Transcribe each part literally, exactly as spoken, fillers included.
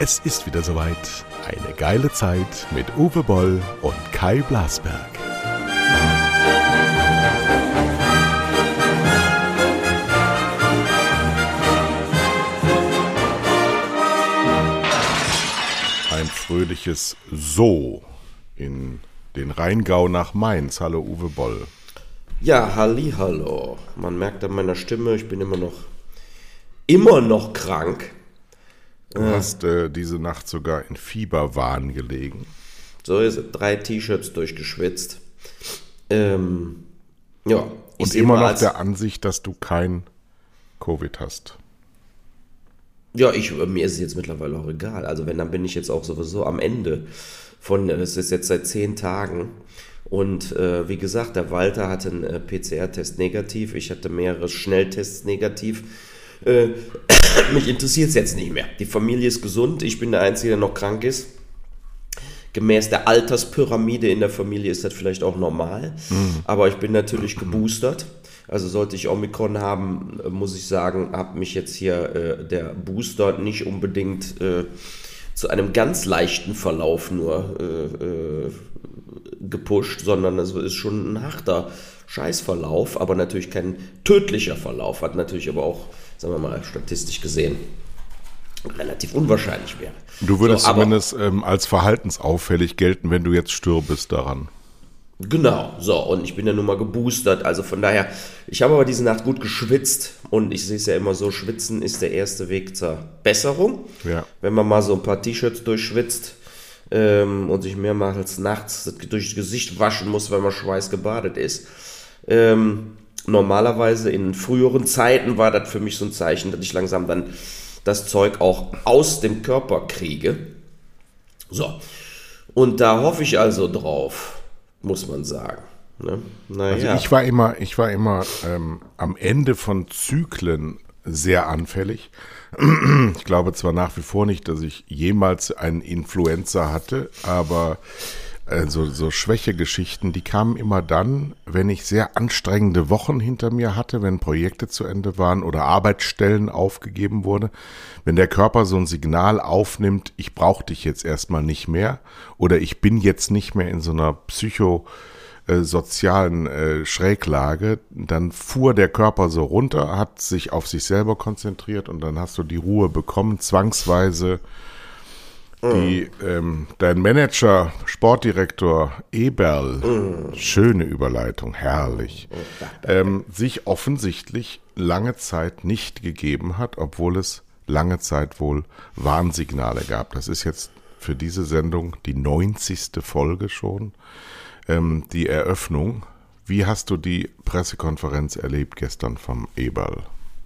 Es ist wieder soweit. Eine geile Zeit mit Uwe Boll und Kai Blasberg. Ein fröhliches So in den Rheingau nach Mainz. Hallo Uwe Boll. Ja, halli, hallo. Man merkt an meiner Stimme, ich bin immer noch, immer noch krank. Du äh. hast äh, diese Nacht sogar in Fieberwahn gelegen. So ist es. Drei T-Shirts durchgeschwitzt. Ähm, ja. Und immer noch der Ansicht, dass du kein Covid hast. Ja, ich, mir ist es jetzt mittlerweile auch egal. Also wenn, dann bin ich jetzt auch sowieso am Ende von, das ist jetzt seit zehn Tagen. Und äh, wie gesagt, der Walter hatte einen äh, P C R-Test negativ, ich hatte mehrere Schnelltests negativ. Äh, mich interessiert es jetzt nicht mehr. Die Familie ist gesund, ich bin der Einzige, der noch krank ist. Gemäß der Alterspyramide in der Familie ist das vielleicht auch normal. Mhm. Aber ich bin natürlich geboostert. Also sollte ich Omikron haben, muss ich sagen, hat mich jetzt hier äh, der Booster nicht unbedingt äh, zu einem ganz leichten Verlauf nur äh, äh, gepusht, sondern es ist schon ein harter Scheißverlauf, aber natürlich kein tödlicher Verlauf, hat natürlich aber auch, sagen wir mal, statistisch gesehen relativ unwahrscheinlich wäre. Du würdest so, aber, zumindest ähm, als verhaltensauffällig gelten, wenn du jetzt stirbest daran. Genau, so, und ich bin ja nun mal geboostert, also von daher, ich habe aber diese Nacht gut geschwitzt und ich sehe es ja immer so, schwitzen ist der erste Weg zur Besserung. Ja. Wenn man mal so ein paar T-Shirts durchschwitzt ähm, und sich mehrmals nachts durch das Gesicht waschen muss, weil man schweißgebadet ist. Ähm, normalerweise in früheren Zeiten war das für mich so ein Zeichen, dass ich langsam dann das Zeug auch aus dem Körper kriege. So, und da hoffe ich also drauf, muss man sagen. Ne? Naja. Also ich war immer, ich war immer ähm, am Ende von Zyklen sehr anfällig. Ich glaube zwar nach wie vor nicht, dass ich jemals einen Influenza hatte, aber äh, so, so Schwächegeschichten, die kamen immer dann, wenn ich sehr anstrengende Wochen hinter mir hatte, wenn Projekte zu Ende waren oder Arbeitsstellen aufgegeben wurde, wenn der Körper so ein Signal aufnimmt, ich brauche dich jetzt erstmal nicht mehr oder ich bin jetzt nicht mehr in so einer psychosozialen äh, Schräglage, dann fuhr der Körper so runter, hat sich auf sich selber konzentriert und dann hast du die Ruhe bekommen, zwangsweise. Die, ähm, dein Manager, Sportdirektor Eberl, mm. schöne Überleitung, herrlich, ähm, sich offensichtlich lange Zeit nicht gegeben hat, obwohl es lange Zeit wohl Warnsignale gab. Das ist jetzt für diese Sendung die neunzigste Folge schon, ähm, die Eröffnung. Wie hast du die Pressekonferenz erlebt gestern vom Eberl?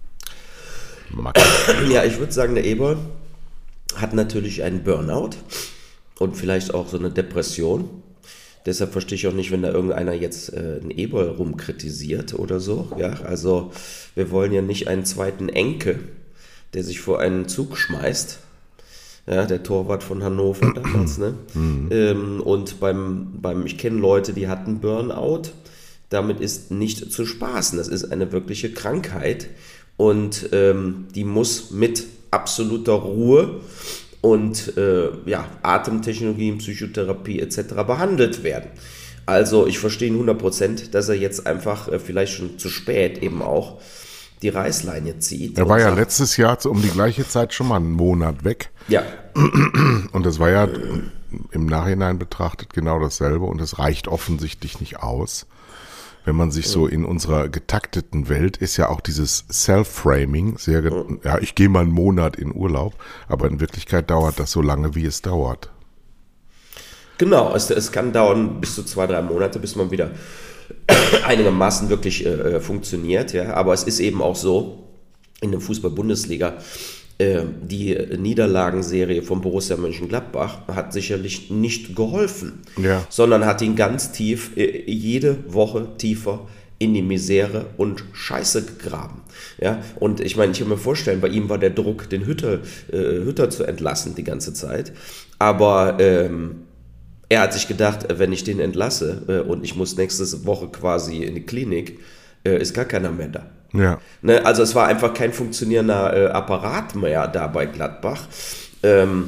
Ja, ich würde sagen, der Eberl hat natürlich einen Burnout und vielleicht auch so eine Depression. Deshalb verstehe ich auch nicht, wenn da irgendeiner jetzt äh, einen Eberl rumkritisiert oder so. Ja, also wir wollen ja nicht einen zweiten Enke, der sich vor einen Zug schmeißt. Ja, der Torwart von Hannover damals, ne? Mhm. Ähm, und beim, beim, ich kenne Leute, die hatten Burnout. Damit ist nicht zu spaßen. Das ist eine wirkliche Krankheit und ähm, die muss mit absoluter Ruhe und äh, ja, Atemtechnologien, Psychotherapie et cetera behandelt werden. Also ich verstehe ihn hundert Prozent, dass er jetzt einfach äh, vielleicht schon zu spät eben auch die Reißleine zieht. Er war ja letztes Jahr um die gleiche Zeit schon mal einen Monat weg. Ja. Und das war ja im Nachhinein betrachtet genau dasselbe und es reicht offensichtlich nicht aus. Wenn man sich so in unserer getakteten Welt ist ja auch dieses Self-Framing sehr, ge- ja, ich gehe mal einen Monat in Urlaub, aber in Wirklichkeit dauert das so lange, wie es dauert. Genau, es, es kann dauern bis zu zwei, drei Monate, bis man wieder einigermaßen wirklich äh, funktioniert, ja, aber es ist eben auch so, in der Fußball-Bundesliga, äh, die Niederlagenserie von Borussia Mönchengladbach hat sicherlich nicht geholfen, ja. sondern hat ihn ganz tief, äh, jede Woche tiefer in die Misere und Scheiße gegraben. Ja, und ich meine, ich kann mir vorstellen, bei ihm war der Druck, den Hütter, äh, Hütter zu entlassen die ganze Zeit, aber ähm, er hat sich gedacht, wenn ich den entlasse äh, und ich muss nächste Woche quasi in die Klinik, äh, ist gar keiner mehr da. Ja. Ne, also es war einfach kein funktionierender äh, Apparat mehr da bei Gladbach. Ähm,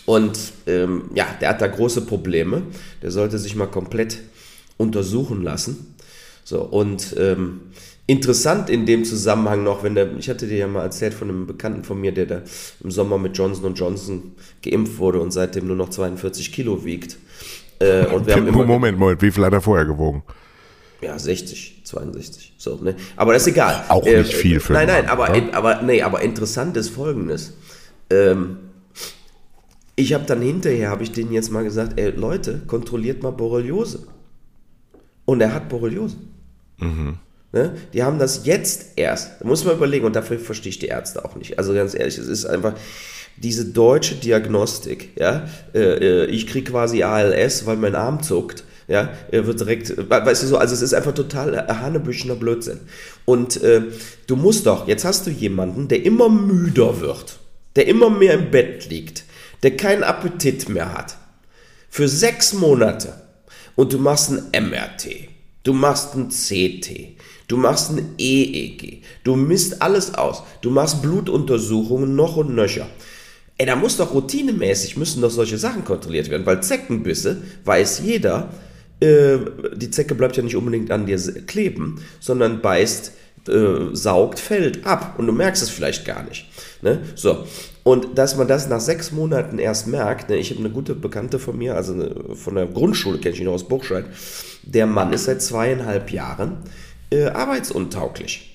Und ähm, ja, der hat da große Probleme. Der sollte sich mal komplett untersuchen lassen. So, und ähm, interessant in dem Zusammenhang noch, wenn der, ich hatte dir ja mal erzählt von einem Bekannten von mir, der da im Sommer mit Johnson und Johnson geimpft wurde und seitdem nur noch zweiundvierzig Kilo wiegt. Äh, und wir haben immer Moment, Moment, wie viel hat er vorher gewogen? Ja, sechzig, zweiundsechzig, so, ne? Aber das ist egal. Auch äh, nicht viel für Nein, einen nein, Mann, aber, ja? in, aber, nee, aber interessant ist Folgendes. Ähm, ich habe dann hinterher, habe ich denen jetzt mal gesagt, ey, Leute, kontrolliert mal Borreliose. Und er hat Borreliose. Mhm. Ne? Die haben das jetzt erst, da muss man überlegen, und dafür verstehe ich die Ärzte auch nicht. Also ganz ehrlich, es ist einfach diese deutsche Diagnostik, ja, äh, ich kriege quasi A L S, weil mein Arm zuckt, ja, er wird direkt, weißt du so, also es ist einfach total hanebüchener Blödsinn. Und äh, du musst doch, jetzt hast du jemanden, der immer müder wird, der immer mehr im Bett liegt, der keinen Appetit mehr hat, für sechs Monate, und du machst ein M R T, du machst ein C T, du machst ein E E G, du misst alles aus, du machst Blutuntersuchungen noch und nöcher. Ey, da muss doch routinemäßig, müssen doch solche Sachen kontrolliert werden, weil Zeckenbisse, weiß jeder, äh, die Zecke bleibt ja nicht unbedingt an dir kleben, sondern beißt, äh, saugt, fällt ab und du merkst es vielleicht gar nicht. Ne? So. Und dass man das nach sechs Monaten erst merkt, ne, ich habe eine gute Bekannte von mir, also eine, von der Grundschule, kenne ich ihn noch aus Burgscheid, der Mann ist seit zweieinhalb Jahren äh, arbeitsuntauglich.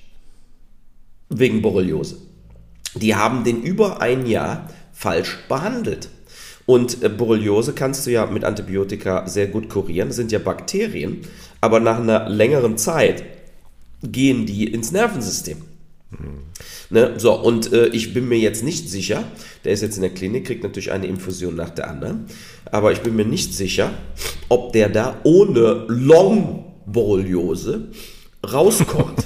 Wegen Borreliose. Die haben den über ein Jahr falsch behandelt. Und äh, Borreliose kannst du ja mit Antibiotika sehr gut kurieren, das sind ja Bakterien, aber nach einer längeren Zeit gehen die ins Nervensystem. Mhm. Ne? So, und äh, ich bin mir jetzt nicht sicher, der ist jetzt in der Klinik, kriegt natürlich eine Infusion nach der anderen, aber ich bin mir nicht sicher, ob der da ohne Long-Borreliose rauskommt.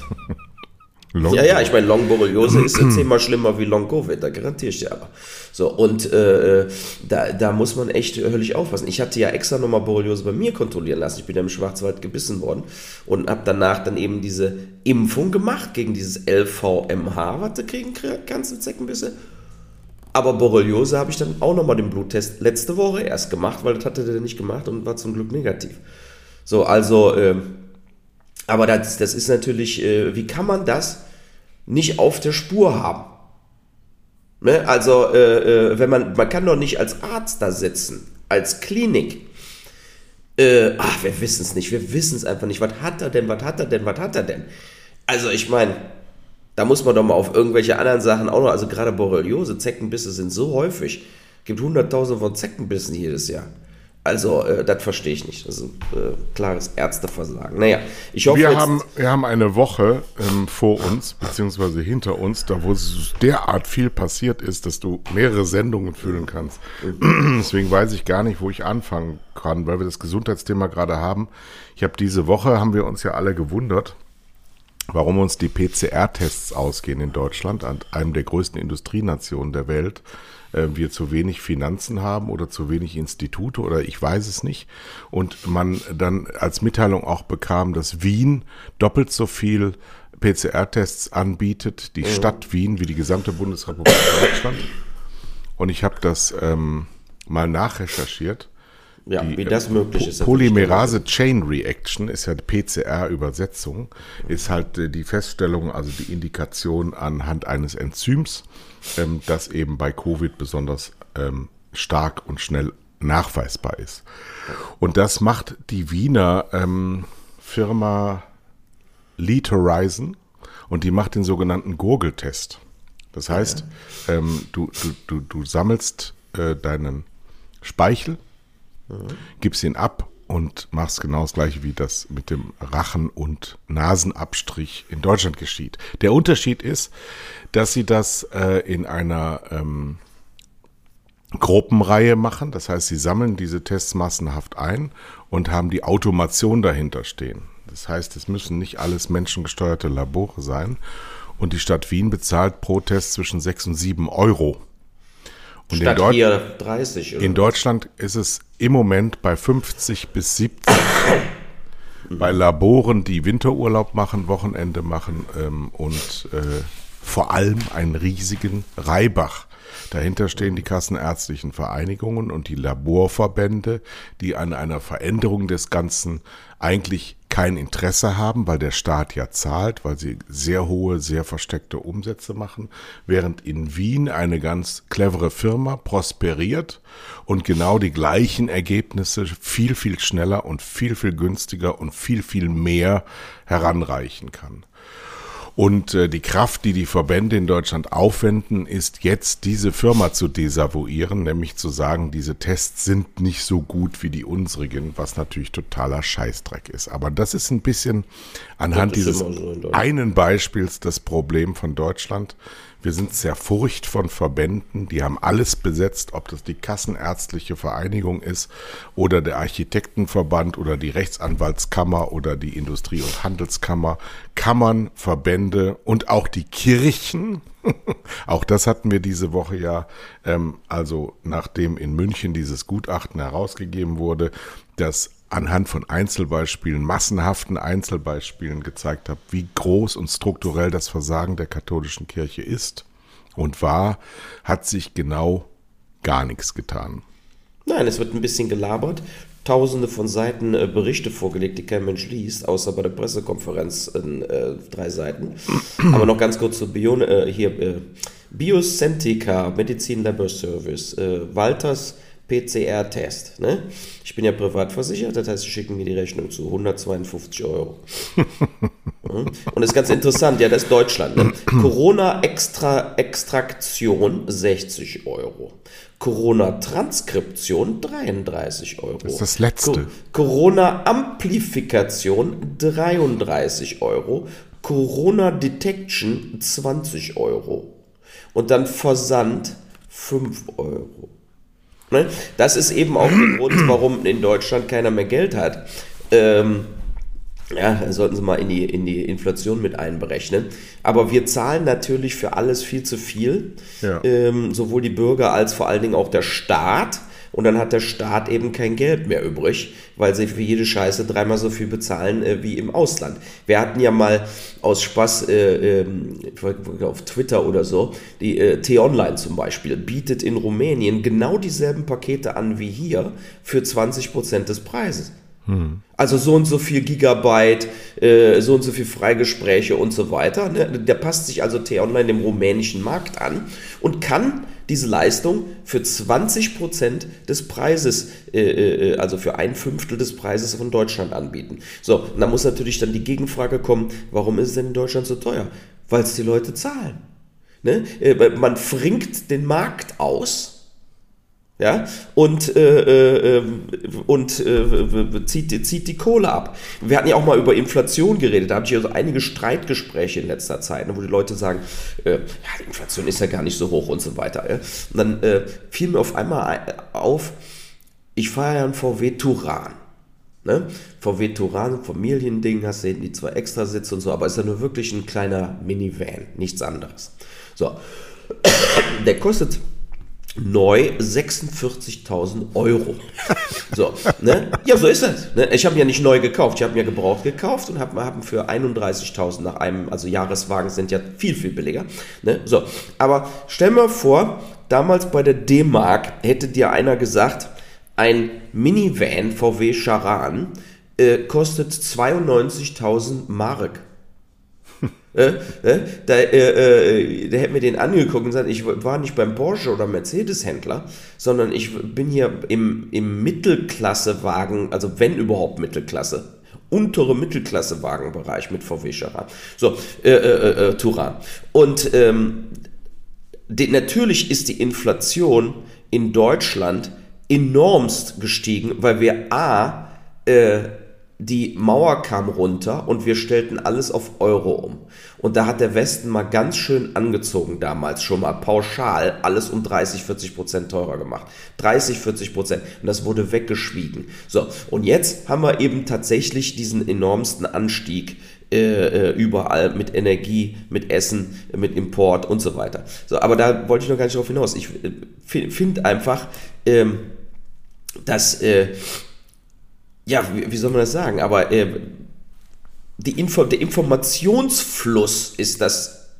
Long ja, ja, ich meine, Long-Borreliose ist ja zehnmal schlimmer wie Long-Covid, da garantiere ich dir aber. So, und äh, da, da muss man echt höllisch aufpassen. Ich hatte ja extra nochmal Borreliose bei mir kontrollieren lassen. Ich bin ja im Schwarzwald gebissen worden und habe danach dann eben diese Impfung gemacht gegen dieses L V M H, was du kriegen kannst mit Zeckenbisse. Aber Borreliose habe ich dann auch nochmal den Bluttest letzte Woche erst gemacht, weil das hatte der nicht gemacht und war zum Glück negativ. So, also, äh, aber das, das ist natürlich, äh, wie kann man das nicht auf der Spur haben? Ne? Also, äh, äh, wenn man, man kann doch nicht als Arzt da sitzen, als Klinik. Äh, ach, wir wissen es nicht, wir wissen es einfach nicht. Was hat er denn, was hat er denn, was hat er denn? Also, ich meine, da muss man doch mal auf irgendwelche anderen Sachen auch noch, also gerade Borreliose, Zeckenbisse sind so häufig. Es gibt hunderttausende von Zeckenbissen jedes Jahr. Also, äh, das verstehe ich nicht. Das ist ein äh, klares Ärzteversagen. Naja, ich hoffe wir jetzt... Haben, wir haben eine Woche ähm, vor uns, beziehungsweise hinter uns, da wo derart viel passiert ist, dass du mehrere Sendungen füllen kannst. Mhm. Deswegen weiß ich gar nicht, wo ich anfangen kann, weil wir das Gesundheitsthema gerade haben. Ich habe diese Woche, haben wir uns ja alle gewundert, warum uns die P C R-Tests ausgehen in Deutschland, an einem der größten Industrienationen der Welt. Wir zu wenig Finanzen haben oder zu wenig Institute oder ich weiß es nicht. Und man dann als Mitteilung auch bekam, dass Wien doppelt so viel P C R-Tests anbietet, die mhm. Stadt Wien, wie die gesamte Bundesrepublik Deutschland. Und ich habe das ähm, mal nachrecherchiert. Ja, die, wie das möglich ist. Polymerase Chain Reaction ist ja die P C R-Übersetzung, ist halt äh, die Feststellung, also die Indikation anhand eines Enzyms, ähm, das eben bei Covid besonders ähm, stark und schnell nachweisbar ist. Und das macht die Wiener ähm, Firma Lead Horizon und die macht den sogenannten Gurgeltest. Das heißt, ja. ähm, du, du, du, du sammelst äh, deinen Speichel, gibst ihn ab und machst genau das Gleiche, wie das mit dem Rachen- und Nasenabstrich in Deutschland geschieht. Der Unterschied ist, dass sie das äh, in einer ähm, Gruppenreihe machen. Das heißt, sie sammeln diese Tests massenhaft ein und haben die Automation dahinter stehen. Das heißt, es müssen nicht alles menschengesteuerte Labore sein. Und die Stadt Wien bezahlt pro Test zwischen sechs und sieben Euro. Und Statt in, Deut- hier dreißig. Oder? in Deutschland ist es im Moment bei fünfzig bis siebzig. Mhm. Bei Laboren, die Winterurlaub machen, Wochenende machen ähm, und äh, vor allem einen riesigen Reibach Dahinter stehen die kassenärztlichen Vereinigungen und die Laborverbände, die an einer Veränderung des Ganzen eigentlich kein Interesse haben, weil der Staat ja zahlt, weil sie sehr hohe, sehr versteckte Umsätze machen, während in Wien eine ganz clevere Firma prosperiert und genau die gleichen Ergebnisse viel, viel schneller und viel, viel günstiger und viel, viel mehr heranreichen kann. Und äh, die Kraft, die die Verbände in Deutschland aufwenden, ist jetzt diese Firma zu desavouieren, nämlich zu sagen, diese Tests sind nicht so gut wie die unsrigen, was natürlich totaler Scheißdreck ist. Aber das ist ein bisschen anhand dieses so einen Beispiels das Problem von Deutschland. Wir sind sehr furcht von Verbänden, die haben alles besetzt, ob das die Kassenärztliche Vereinigung ist oder der Architektenverband oder die Rechtsanwaltskammer oder die Industrie- und Handelskammer, Kammern, Verbände und auch die Kirchen. Auch das hatten wir diese Woche ja, ähm, also nachdem in München dieses Gutachten herausgegeben wurde, das anhand von Einzelbeispielen, massenhaften Einzelbeispielen gezeigt habe, wie groß und strukturell das Versagen der katholischen Kirche ist und war, hat sich genau gar nichts getan. Nein, es wird ein bisschen gelabert, tausende von Seiten äh, Berichte vorgelegt, die kein Mensch liest, außer bei der Pressekonferenz in äh, drei Seiten. Aber noch ganz kurz zu Bio, äh, hier, äh, Biocentica, Medizin Labor Service, äh, Walters P C R-Test. Ne? Ich bin ja privat versichert, das heißt, sie schicken mir die Rechnung zu hundertzweiundfünfzig Euro. Und das ist ganz interessant, ja, das ist Deutschland. Ne? Corona-Extraktion sechzig Euro. Corona-Transkription dreiunddreißig Euro. Das ist das Letzte. Co- Corona-Amplifikation dreiunddreißig Euro. Corona-Detection zwanzig Euro. Und dann Versand fünf Euro. Ne? Das ist eben auch der Grund, warum in Deutschland keiner mehr Geld hat. Ähm, ja, sollten Sie mal in die, in die Inflation mit einberechnen. Aber wir zahlen natürlich für alles viel zu viel. Ja. Ähm, sowohl die Bürger als vor allen Dingen auch der Staat. Und dann hat der Staat eben kein Geld mehr übrig, weil sie für jede Scheiße dreimal so viel bezahlen äh, wie im Ausland. Wir hatten ja mal aus Spaß äh, äh, auf Twitter oder so, die äh, T-Online zum Beispiel bietet in Rumänien genau dieselben Pakete an wie hier für zwanzig Prozent des Preises. Hm. Also so und so viel Gigabyte, äh, so und so viel Freigespräche und so weiter. Ne? Der passt sich also T-Online dem rumänischen Markt an und kann diese Leistung für zwanzig Prozent des Preises, äh, also für ein Fünftel des Preises von Deutschland anbieten. So, und da muss natürlich dann die Gegenfrage kommen, warum ist es denn in Deutschland so teuer? Weil es die Leute zahlen. Ne? Äh, man fringt den Markt aus. Ja, und, äh, äh, und äh, zieht, zieht die Kohle ab. Wir hatten ja auch mal über Inflation geredet, da habe ich ja so einige Streitgespräche in letzter Zeit, ne, wo die Leute sagen, äh, ja, die Inflation ist ja gar nicht so hoch und so weiter. Ja. Und dann äh, fiel mir auf einmal auf, ich fahre ja einen V W Touran. Ne? V W Touran, Familiending, hast du hinten die zwei Extrasitze und so, aber ist ja nur wirklich ein kleiner Minivan, nichts anderes. So, der kostet neu sechsundvierzigtausend Euro. So, ne? Ja, so ist das. Ne? Ich habe ihn ja nicht neu gekauft, ich habe ihn ja gebraucht gekauft und habe hab ihn für einunddreißigtausend nach einem, also Jahreswagen sind ja viel, viel billiger. Ne? So, aber stell mir vor, damals bei der D-Mark hätte dir einer gesagt, ein Minivan V W Charan äh, kostet zweiundneunzigtausend Mark. Äh, äh, da, äh, äh, der hätte mir den angeguckt und gesagt, ich war nicht beim Porsche oder Mercedes-Händler, sondern ich bin hier im, im Mittelklassewagen, also wenn überhaupt Mittelklasse, untere Mittelklassewagenbereich mit V W Charan. So, äh, äh, äh, Touran. Und ähm, die, natürlich ist die Inflation in Deutschland enormst gestiegen, weil wir a, äh, die Mauer kam runter und wir stellten alles auf Euro um. Und da hat der Westen mal ganz schön angezogen damals, schon mal pauschal alles um dreißig, vierzig Prozent teurer gemacht. dreißig, vierzig Prozent. Und das wurde weggeschwiegen. So, und jetzt haben wir eben tatsächlich diesen enormsten Anstieg äh, überall mit Energie, mit Essen, mit Import und so weiter. So, aber da wollte ich noch gar nicht drauf hinaus. Ich äh, finde einfach, ähm, dass... Äh, Ja, wie, wie soll man das sagen? Aber äh, die Info, der Informationsfluss ist das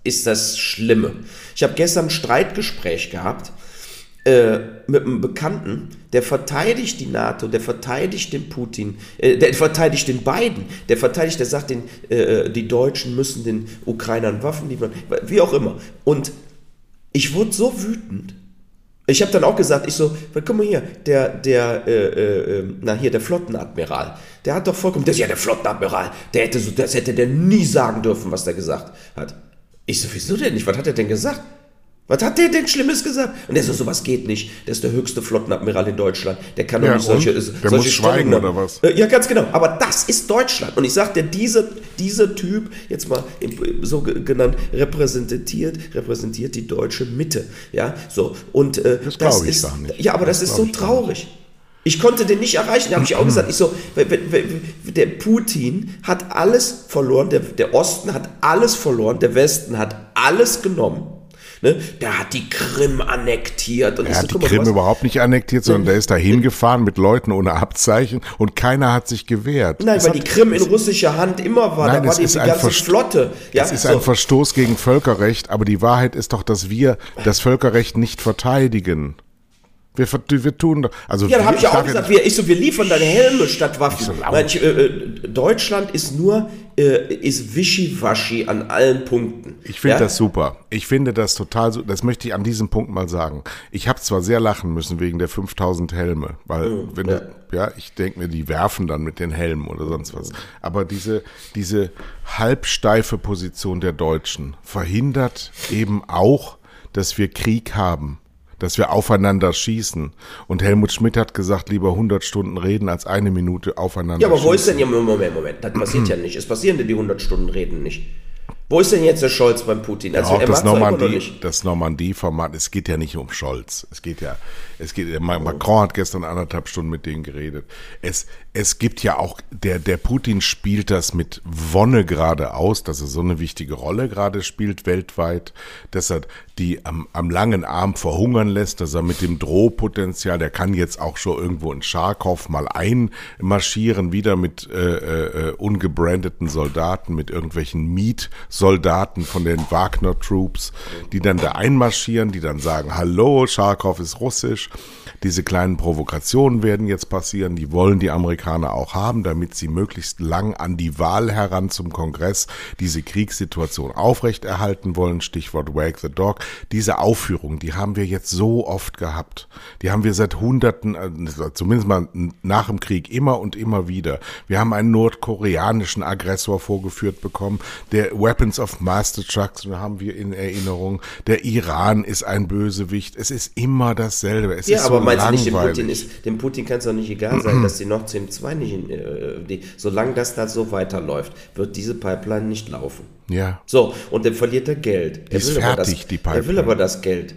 ist das Schlimme. Ich habe gestern ein Streitgespräch gehabt äh, mit einem Bekannten, der verteidigt die NATO, der verteidigt den Putin, äh, der verteidigt den Biden, der verteidigt, der sagt, den, äh, die Deutschen müssen den Ukrainern Waffen liefern, wie auch immer. Und ich wurde so wütend. Ich habe dann auch gesagt, ich so, guck mal hier, der, der, äh, äh, na hier, der Flottenadmiral, der hat doch vollkommen, das ist ja der Flottenadmiral, der hätte so, das hätte der nie sagen dürfen, was der gesagt hat. Ich so, wieso denn nicht? Was hat er denn gesagt? Was hat der denn Schlimmes gesagt? Und der so, sowas geht nicht. Der ist der höchste Flottenadmiral in Deutschland. Der kann doch Ja, nicht solche, und? Der solche muss schweigen oder was? Äh, Ja, ganz genau. Aber das ist Deutschland. Und ich sag dir, diese, dieser Typ, jetzt mal im- so ge- genannt, repräsentiert, repräsentiert die deutsche Mitte. Ja, so. Und äh, Das das, glaub ich ist, gar nicht. ja, aber das, Das ist glaub so ich gar traurig. Ich konnte den nicht erreichen, da habe ich auch gesagt, ich so, w- w- w- der Putin hat alles verloren, der, der Osten hat alles verloren, der Westen hat alles genommen. Ne? Der hat die Krim annektiert. Und ich Er so, hat die guck mal, Krim was- überhaupt nicht annektiert, sondern der ist da hingefahren mit Leuten ohne Abzeichen und keiner hat sich gewehrt. Nein, Es weil hat, die Krim in russischer Hand immer war, Nein, da war es die, ist die ein ganze Verst- Flotte. Ja, es ist so. ein Verstoß gegen Völkerrecht, aber die Wahrheit ist doch, dass wir das Völkerrecht nicht verteidigen. Wir, ver- wir tun doch, also Ja, da habe wir- ich ja auch sag gesagt, wir, ich so, wir liefern deine Helme statt Waffen. Nicht so laut. Nein, ich, äh, äh, Deutschland ist nur, äh, ist wischiwaschi an allen Punkten. Ich finde ja? das super. Ich finde das total so, das möchte ich an diesem Punkt mal sagen. Ich habe zwar sehr lachen müssen wegen der fünftausend Helme, weil wenn ja. du, ja, ich denke mir, die werfen dann mit den Helmen oder sonst was. Aber diese, diese halbsteife Position der Deutschen verhindert eben auch, dass wir Krieg haben, dass wir aufeinander schießen. Und Helmut Schmidt hat gesagt, lieber hundert Stunden reden als eine Minute aufeinander Ja, aber schießen. wo ist denn, ja, Moment, Moment, das passiert ja nicht. Es passieren denn die hundert Stunden Reden nicht. Wo ist denn jetzt der Scholz beim Putin? Also Auch er das macht's doch immer noch Normandie, nicht. das Normandie-Format, es geht ja nicht um Scholz. Es geht ja, es geht, Macron hat gestern anderthalb Stunden mit denen geredet. Es, es gibt ja auch, der, der Putin spielt das mit Wonne gerade aus, dass er so eine wichtige Rolle gerade spielt weltweit, dass er die am, am langen Arm verhungern lässt, dass er mit dem Drohpotenzial, der kann jetzt auch schon irgendwo in Charkow mal einmarschieren, wieder mit äh, äh, ungebrandeten Soldaten, mit irgendwelchen Mietsoldaten von den Wagner Troops, die dann da einmarschieren, die dann sagen, hallo, Charkow ist russisch. Diese kleinen Provokationen werden jetzt passieren, die wollen die Amerikaner auch haben, damit sie möglichst lang an die Wahl heran zum Kongress diese Kriegssituation aufrechterhalten wollen, Stichwort Wag the Dog. Diese Aufführung, die haben wir jetzt so oft gehabt. Die haben wir seit Hunderten, zumindest mal nach dem Krieg, immer und immer wieder. Wir haben einen nordkoreanischen Aggressor vorgeführt bekommen, der Weapons of Mass Destruction haben wir in Erinnerung, der Iran ist ein Bösewicht, es ist immer dasselbe, es Ja, ist aber so meinst du nicht, dem langweilig. Putin ist, dem Putin kann es doch nicht egal sein, dass die Nord Stream zwei nicht, in, äh, die, solange das da so weiterläuft, wird diese Pipeline nicht laufen. Ja. So, und dann verliert er Geld. Er ist will aber fertig, das, die Er will Pipeline. aber das Geld.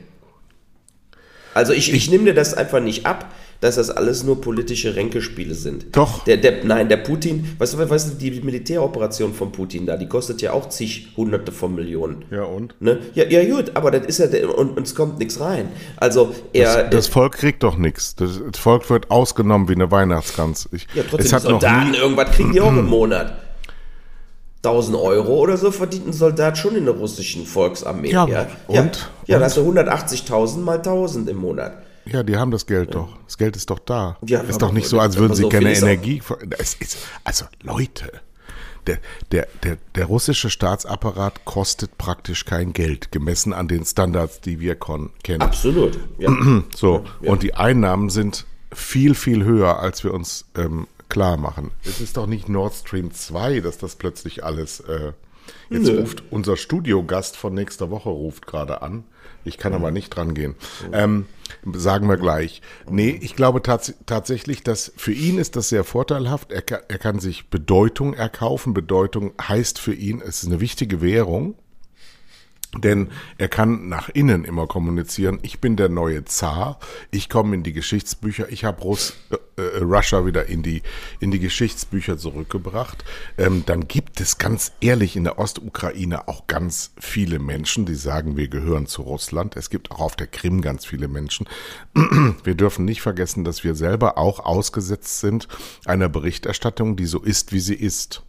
Also ich, ich, nehme dir das einfach nicht ab, dass das alles nur politische Ränkespiele sind. Doch. Der, der, nein, der Putin, weißt du, weißt du, die Militäroperation von Putin da, die kostet ja auch zig Hunderte von Millionen. Ja, und? Ne? Ja, ja, gut, aber das ist ja, der, und, und es kommt nichts rein. Also er... Das, das Volk kriegt doch nichts. Das, das Volk wird ausgenommen wie eine Weihnachtsgans. Ich, ja, trotzdem, es hat die noch Soldaten, nie, irgendwas kriegen die auch im Monat. tausend Euro oder so verdient ein Soldat schon in der russischen Volksarmee. Ja, ja, und? ja, Und? ja da hast du hundertachtzigtausend mal tausend im Monat. ja, die haben das Geld doch. Das Geld ist doch da. Ja, ist aber- doch nicht so, als würden aber sie so keine viel ist auch- Energie. ver- Es ist, also Leute, der, der, der, der russische Staatsapparat kostet praktisch kein Geld, gemessen an den Standards, die wir kon- kennen. Absolut. Ja. So, Ja. und die Einnahmen sind viel, viel höher, als wir uns ähm, klar machen. Es ist doch nicht Nord Stream zwei, dass das plötzlich alles... Äh, jetzt Nö. ruft unser Studiogast von nächster Woche ruft gerade an. Ich kann aber nicht dran gehen. Ähm, sagen wir gleich. Nee, ich glaube tats- tatsächlich, dass für ihn ist das sehr vorteilhaft. Er, ka- er kann sich Bedeutung erkaufen. Bedeutung heißt für ihn, es ist eine wichtige Währung. Denn er kann nach innen immer kommunizieren, ich bin der neue Zar, ich komme in die Geschichtsbücher, ich habe Russ, äh, äh, Russia wieder in die, in die Geschichtsbücher zurückgebracht. Ähm, dann gibt es ganz ehrlich in der Ostukraine auch ganz viele Menschen, die sagen, wir gehören zu Russland. Es gibt auch auf der Krim ganz viele Menschen. Wir dürfen nicht vergessen, dass wir selber auch ausgesetzt sind einer Berichterstattung, die so ist, wie sie ist.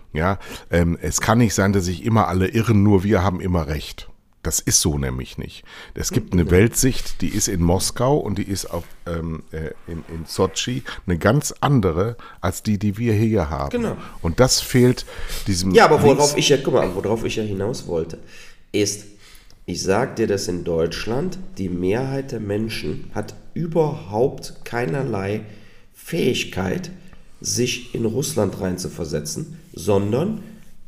Ja, ähm, es kann nicht sein, dass sich immer alle irren, nur wir haben immer recht. Das ist so nämlich nicht. Es gibt eine Weltsicht, die ist in Moskau und die ist auf, ähm, äh, in, in Sotschi eine ganz andere als die, die wir hier haben. Genau. Und das fehlt diesem... Ja, aber worauf ich ja, guck mal, worauf ich ja hinaus wollte, ist, ich sag dir, dass in Deutschland die Mehrheit der Menschen hat überhaupt keinerlei Fähigkeit, sich in Russland reinzuversetzen, sondern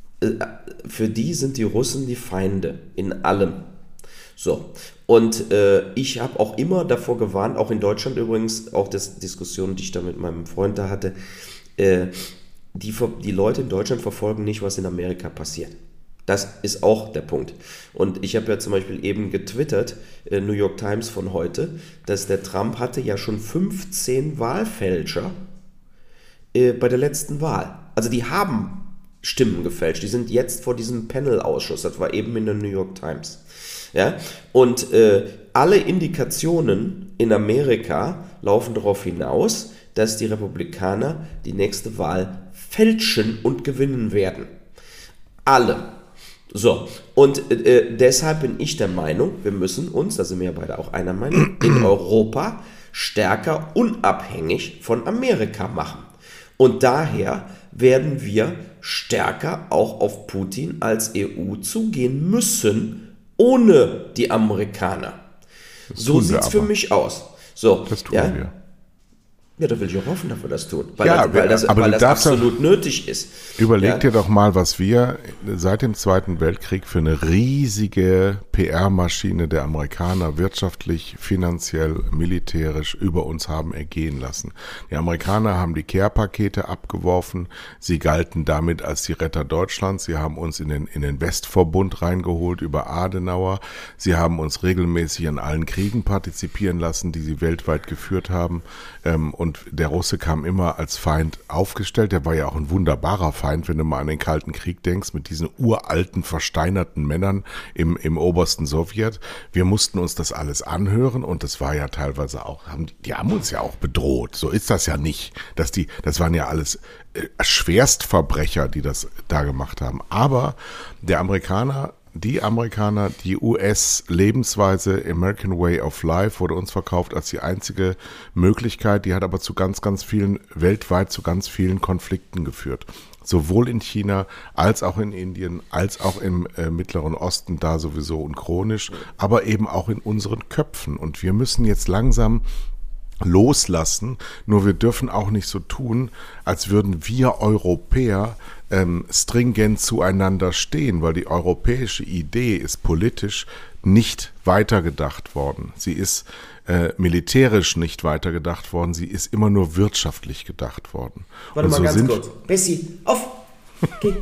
für die sind die Russen die Feinde in allem. So, und äh, ich habe auch immer davor gewarnt, auch in Deutschland übrigens, auch das Diskussion, die ich da mit meinem Freund da hatte, äh, die, die Leute in Deutschland verfolgen nicht, was in Amerika passiert. Das ist auch der Punkt. Und ich habe ja zum Beispiel eben getwittert, äh, New York Times von heute, dass der Trump hatte ja schon fünfzehn Wahlfälscher äh, bei der letzten Wahl. Also die haben Stimmen gefälscht. Die sind jetzt vor diesem Panel-Ausschuss. Das war eben in der New York Times. Ja? Und äh, alle Indikationen in Amerika laufen darauf hinaus, dass die Republikaner die nächste Wahl fälschen und gewinnen werden. Alle. So, und äh, deshalb bin ich der Meinung, wir müssen uns, da sind wir ja beide auch einer Meinung, in Europa stärker unabhängig von Amerika machen. Und daher werden wir stärker auch auf Putin als E U zugehen müssen, ohne die Amerikaner. Das so sieht es für mich aus. So, das tun ja? wir. Ja, da will ich auch hoffen, dass wir das tun, weil Ja, das, weil das, aber weil du das darfst absolut nötig ist. Überleg Ja? dir doch mal, was wir seit dem Zweiten Weltkrieg für eine riesige P R-Maschine der Amerikaner wirtschaftlich, finanziell, militärisch über uns haben ergehen lassen. Die Amerikaner haben die Care-Pakete abgeworfen. Sie galten damit als die Retter Deutschlands. Sie haben uns in den, in den Westverbund reingeholt über Adenauer. Sie haben uns regelmäßig an allen Kriegen partizipieren lassen, die sie weltweit geführt haben. Ähm, und der Russe kam immer als Feind aufgestellt. Der war ja auch ein wunderbarer Feind, wenn du mal an den Kalten Krieg denkst, mit diesen uralten, versteinerten Männern im, im obersten Sowjet. Wir mussten uns das alles anhören und das war ja teilweise auch, haben, die haben uns ja auch bedroht. So ist das ja nicht. Dass die, das waren ja alles äh, Schwerstverbrecher, die das da gemacht haben. Aber der Amerikaner, Die Amerikaner, die U S-Lebensweise, American Way of Life, wurde uns verkauft als die einzige Möglichkeit. Die hat aber zu ganz, ganz vielen, weltweit zu ganz vielen Konflikten geführt. Sowohl in China als auch in Indien, als auch im äh, Mittleren Osten, da sowieso und chronisch, aber eben auch in unseren Köpfen. Und wir müssen jetzt langsam loslassen, nur wir dürfen auch nicht so tun, als würden wir Europäer ähm, stringent zueinander stehen, weil die europäische Idee ist politisch nicht weitergedacht worden. Sie ist äh, militärisch nicht weitergedacht worden, sie ist immer nur wirtschaftlich gedacht worden. Warte Und mal so ganz sind, kurz. Bessie, auf! Okay.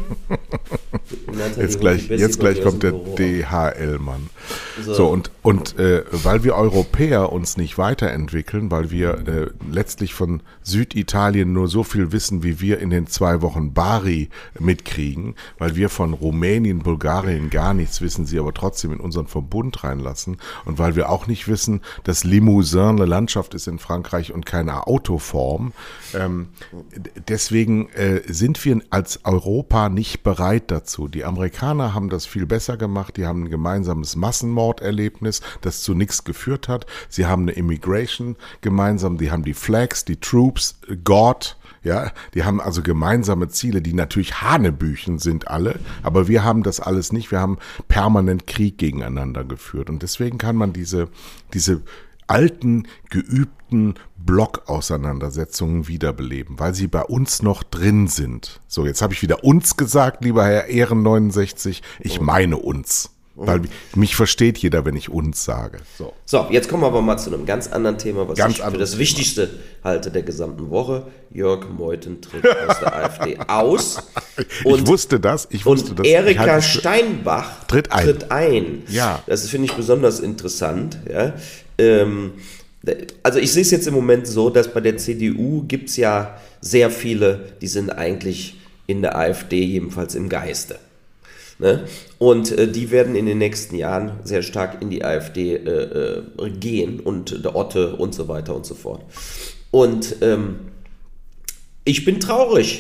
Jetzt gleich, jetzt gleich kommt der D H L-Mann. So, so und, und äh, weil wir Europäer uns nicht weiterentwickeln, weil wir äh, letztlich von Süditalien nur so viel wissen, wie wir in den zwei Wochen Bari mitkriegen, weil wir von Rumänien, Bulgarien gar nichts wissen, sie aber trotzdem in unseren Verbund reinlassen und weil wir auch nicht wissen, dass Limousin eine Landschaft ist in Frankreich und keine Autoform. Ähm, deswegen äh, sind wir als Europa nicht bereit dazu. Die Amerikaner haben das viel besser gemacht. Die haben ein gemeinsames Massenmorderlebnis, das zu nichts geführt hat. Sie haben eine Immigration gemeinsam. Die haben die Flags, die Troops, God. Ja, die haben also gemeinsame Ziele, die natürlich Hanebüchen sind alle. Aber wir haben das alles nicht. Wir haben permanent Krieg gegeneinander geführt. Und deswegen kann man diese, diese alten, geübten Blockauseinandersetzungen wiederbeleben, weil sie bei uns noch drin sind. So, jetzt habe ich wieder uns gesagt, lieber Herr Ehren neunundsechzig. Ich meine uns. Weil mich versteht jeder, wenn ich uns sage. So, so jetzt kommen wir aber mal zu einem ganz anderen Thema, was ganz ich für das Wichtigste halte der gesamten Woche. Jörg Meuthen tritt aus der AfD aus. Und, ich wusste das. Ich wusste und das. Erika halte, Steinbach tritt ein. tritt ein. Ja. Das finde ich besonders interessant. Ja. Ähm, also ich sehe es jetzt im Moment so, dass bei der C D U gibt es ja sehr viele, die sind eigentlich in der AfD, jedenfalls im Geiste. Ne? Und äh, die werden in den nächsten Jahren sehr stark in die AfD äh, äh, gehen und der Otte und so weiter und so fort. Und ähm, ich bin traurig,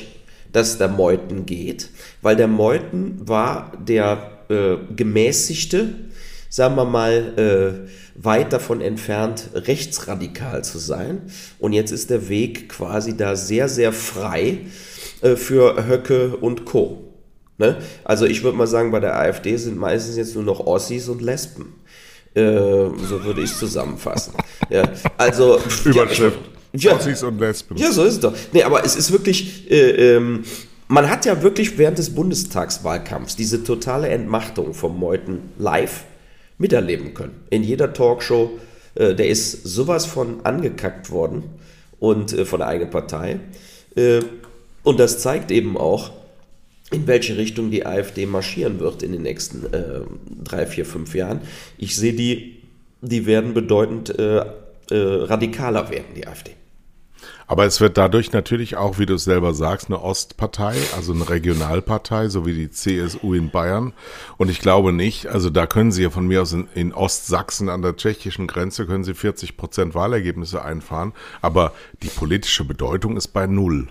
dass der Meuthen geht, weil der Meuthen war der äh, gemäßigte, sagen wir mal, äh, weit davon entfernt, rechtsradikal zu sein. Und jetzt ist der Weg quasi da sehr, sehr frei äh, für Höcke und Co. Ne? Also ich würde mal sagen, bei der AfD sind meistens jetzt nur noch Ossis und Lesben. Äh, so würde ich es zusammenfassen. Ja, also Überschrift. Ja, Ossis und Lesben. Ja, so ist es doch. Nee, aber es ist wirklich, äh, ähm, man hat ja wirklich während des Bundestagswahlkampfs diese totale Entmachtung vom Meuthen live miterleben können. In jeder Talkshow, äh, der ist sowas von angekackt worden und äh, von der eigenen Partei. Äh, und das zeigt eben auch, in welche Richtung die AfD marschieren wird in den nächsten äh, drei, vier, fünf Jahren. Ich sehe die, die werden bedeutend äh, äh, radikaler werden, die AfD. Aber es wird dadurch natürlich auch, wie du es selber sagst, eine Ostpartei, also eine Regionalpartei, so wie die C S U in Bayern. Und ich glaube nicht, also da können sie ja von mir aus in, in Ostsachsen an der tschechischen Grenze können sie vierzig Prozent Wahlergebnisse einfahren. Aber die politische Bedeutung ist bei null.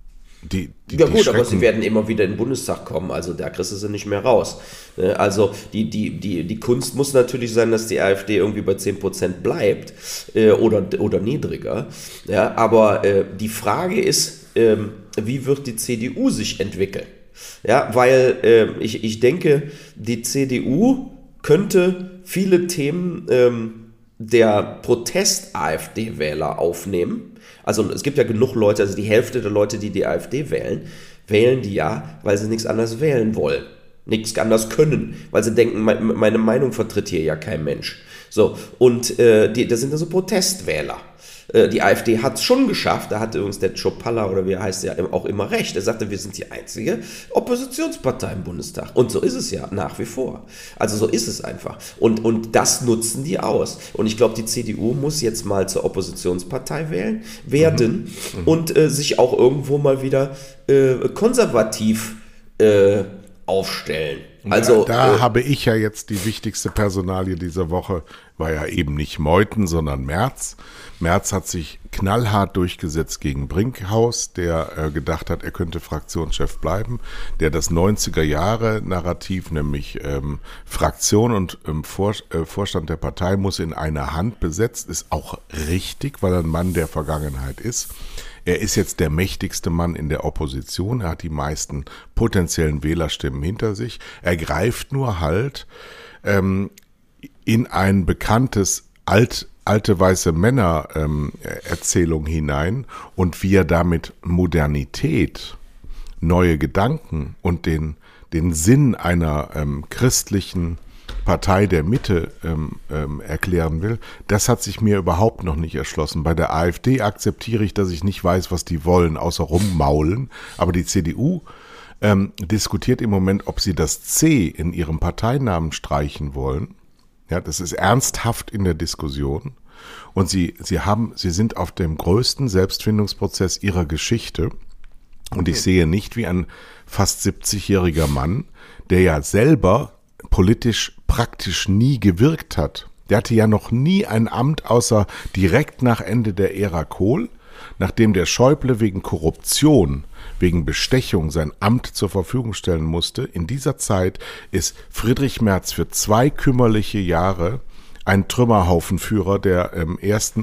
Die, die, ja die gut, aber sie werden immer wieder in den Bundestag kommen, also da kriegst du sie nicht mehr raus. Also die, die, die, die Kunst muss natürlich sein, dass die AfD irgendwie bei zehn Prozent bleibt äh, oder, oder niedriger. Ja, aber äh, die Frage ist, ähm, wie wird die C D U sich entwickeln? Ja, weil äh, ich, ich denke, die C D U könnte viele Themen ähm, der Protest-AfD-Wähler aufnehmen. Also es gibt ja genug Leute, also die Hälfte der Leute, die die AfD wählen, wählen die ja, weil sie nichts anderes wählen wollen. Nichts anderes können, weil sie denken, meine Meinung vertritt hier ja kein Mensch. So, und äh, die, das sind also Protestwähler. Äh, die AfD hat es schon geschafft, da hat übrigens der Chopalla oder wie er heißt ja auch immer recht. Er sagte, wir sind die einzige Oppositionspartei im Bundestag. Und so ist es ja nach wie vor. Also so ist es einfach. Und, und das nutzen die aus. Und ich glaube, die C D U muss jetzt mal zur Oppositionspartei wählen, werden mhm. Mhm. und äh, sich auch irgendwo mal wieder äh, konservativ äh, aufstellen. Also, da, da äh, habe ich ja jetzt die wichtigste Personalie dieser Woche, war ja eben nicht Meuthen, sondern Merz. Merz hat sich knallhart durchgesetzt gegen Brinkhaus, der äh, gedacht hat, er könnte Fraktionschef bleiben, der das neunziger-Jahre-Narrativ, nämlich ähm, Fraktion und ähm, Vor, äh, Vorstand der Partei muss in einer Hand besetzt, ist auch richtig, weil er ein Mann der Vergangenheit ist. Er ist jetzt der mächtigste Mann in der Opposition, er hat die meisten potenziellen Wählerstimmen hinter sich. Er greift nur halt ähm, in ein bekanntes alt, alte weiße Männer ähm, Erzählung hinein und wie er damit Modernität, neue Gedanken und den, den Sinn einer ähm, christlichen Partei der Mitte ähm, ähm, erklären will, das hat sich mir überhaupt noch nicht erschlossen. Bei der AfD akzeptiere ich, dass ich nicht weiß, was die wollen, außer rummaulen. Aber die C D U ähm, diskutiert im Moment, ob sie das C in ihrem Parteinamen streichen wollen. Ja, das ist ernsthaft in der Diskussion. Und sie, sie haben, sie sind auf dem größten Selbstfindungsprozess ihrer Geschichte. Und ich sehe nicht, wie ein fast siebzigjähriger Mann, der ja selber politisch praktisch nie gewirkt hat. Der hatte ja noch nie ein Amt, außer direkt nach Ende der Ära Kohl, nachdem der Schäuble wegen Korruption, wegen Bestechung sein Amt zur Verfügung stellen musste. In dieser Zeit ist Friedrich Merz für zwei kümmerliche Jahre ein Trümmerhaufenführer der ähm, ersten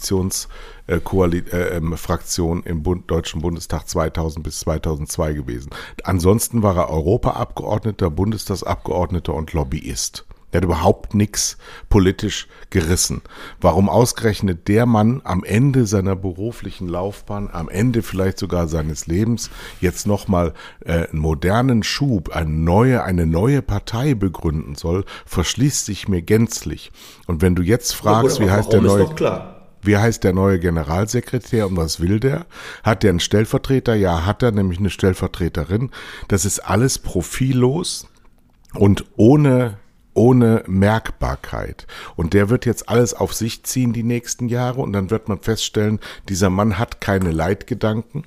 Oppositionsfraktion äh, äh, im Bund, Deutschen Bundestag zweitausend bis zweitausendzwei gewesen. Ansonsten war er Europaabgeordneter, Bundestagsabgeordneter und Lobbyist. Der hat überhaupt nichts politisch gerissen. Warum ausgerechnet der Mann am Ende seiner beruflichen Laufbahn, am Ende vielleicht sogar seines Lebens, jetzt nochmal äh, einen modernen Schub, eine neue, eine neue Partei begründen soll, verschließt sich mir gänzlich. Und wenn du jetzt fragst, ja, gut, wie heißt der neue... Wie heißt der neue Generalsekretär und was will der? Hat der einen Stellvertreter? Ja, hat er, nämlich eine Stellvertreterin. Das ist alles profillos und ohne... ohne Merkbarkeit. Und der wird jetzt alles auf sich ziehen die nächsten Jahre und dann wird man feststellen, dieser Mann hat keine Leitgedanken,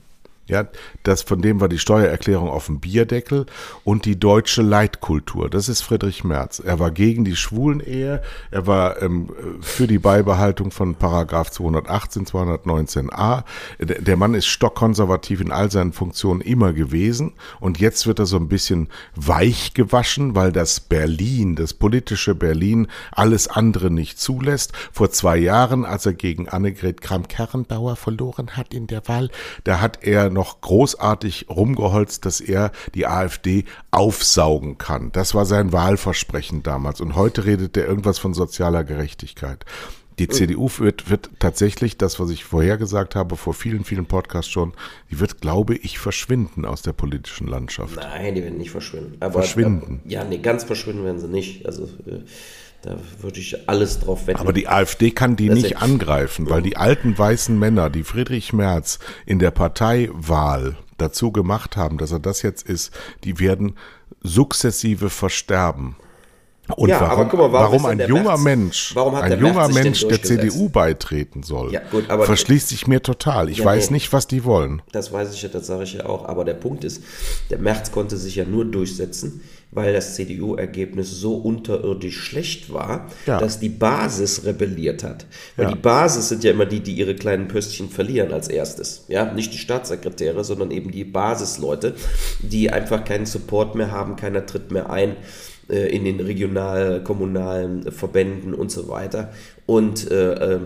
Ja, das, von dem war die Steuererklärung auf dem Bierdeckel und die deutsche Leitkultur. Das ist Friedrich Merz. Er war gegen die Schwulenehe, er war ähm, für die Beibehaltung von Paragraph zweihundertachtzehn, zweihundertneunzehn a. Der Mann ist stockkonservativ in all seinen Funktionen immer gewesen und jetzt wird er so ein bisschen weich gewaschen, weil das Berlin, das politische Berlin, alles andere nicht zulässt. Vor zwei Jahren, als er gegen Annegret Kramp-Karrenbauer verloren hat in der Wahl, da hat er noch großartig rumgeholzt, dass er die AfD aufsaugen kann. Das war sein Wahlversprechen damals. Und heute redet er irgendwas von sozialer Gerechtigkeit. Die C D U wird, wird tatsächlich, das, was ich vorher gesagt habe, vor vielen, vielen Podcasts schon, die wird, glaube ich, verschwinden aus der politischen Landschaft. Nein, die werden nicht verschwinden. Aber, verschwinden? Aber, ja, nee, ganz verschwinden werden sie nicht. Also da würde ich alles drauf wetten. Aber die AfD kann die nicht angreifen, weil die alten weißen Männer, die Friedrich Merz in der Parteiwahl dazu gemacht haben, dass er das jetzt ist, die werden sukzessive versterben. Und ja, warum, aber guck mal, warum, warum ein junger Merz, Mensch, warum ein junger Mensch der C D U beitreten soll, ja, gut, aber verschließt sich mir total. Ich ja, weiß nee, nicht, was die wollen. Das weiß ich ja, das sage ich ja auch. Aber der Punkt ist, der Merz konnte sich ja nur durchsetzen, weil das C D U-Ergebnis so unterirdisch schlecht war, ja. dass die Basis rebelliert hat. Weil ja. die Basis sind ja immer die, die ihre kleinen Pöstchen verlieren als erstes. Ja, nicht die Staatssekretäre, sondern eben die Basisleute, die einfach keinen Support mehr haben, keiner tritt mehr ein in den regional, kommunalen Verbänden und so weiter. Und äh,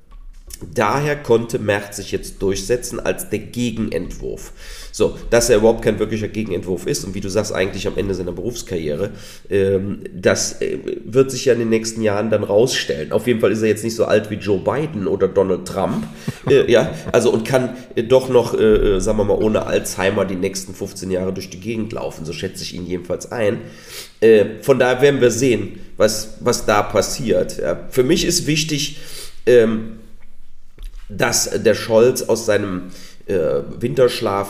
daher konnte Merz sich jetzt durchsetzen als der Gegenentwurf. So, dass er überhaupt kein wirklicher Gegenentwurf ist und wie du sagst, eigentlich am Ende seiner Berufskarriere, ähm, das äh, wird sich ja in den nächsten Jahren dann rausstellen. Auf jeden Fall ist er jetzt nicht so alt wie Joe Biden oder Donald Trump, äh, ja, also und kann äh, doch noch, äh, sagen wir mal, ohne Alzheimer die nächsten fünfzehn Jahre durch die Gegend laufen, so schätze ich ihn jedenfalls ein. Äh, von daher werden wir sehen, was, was da passiert. Ja. Für mich ist wichtig, ähm, dass der Scholz aus seinem äh, Winterschlaf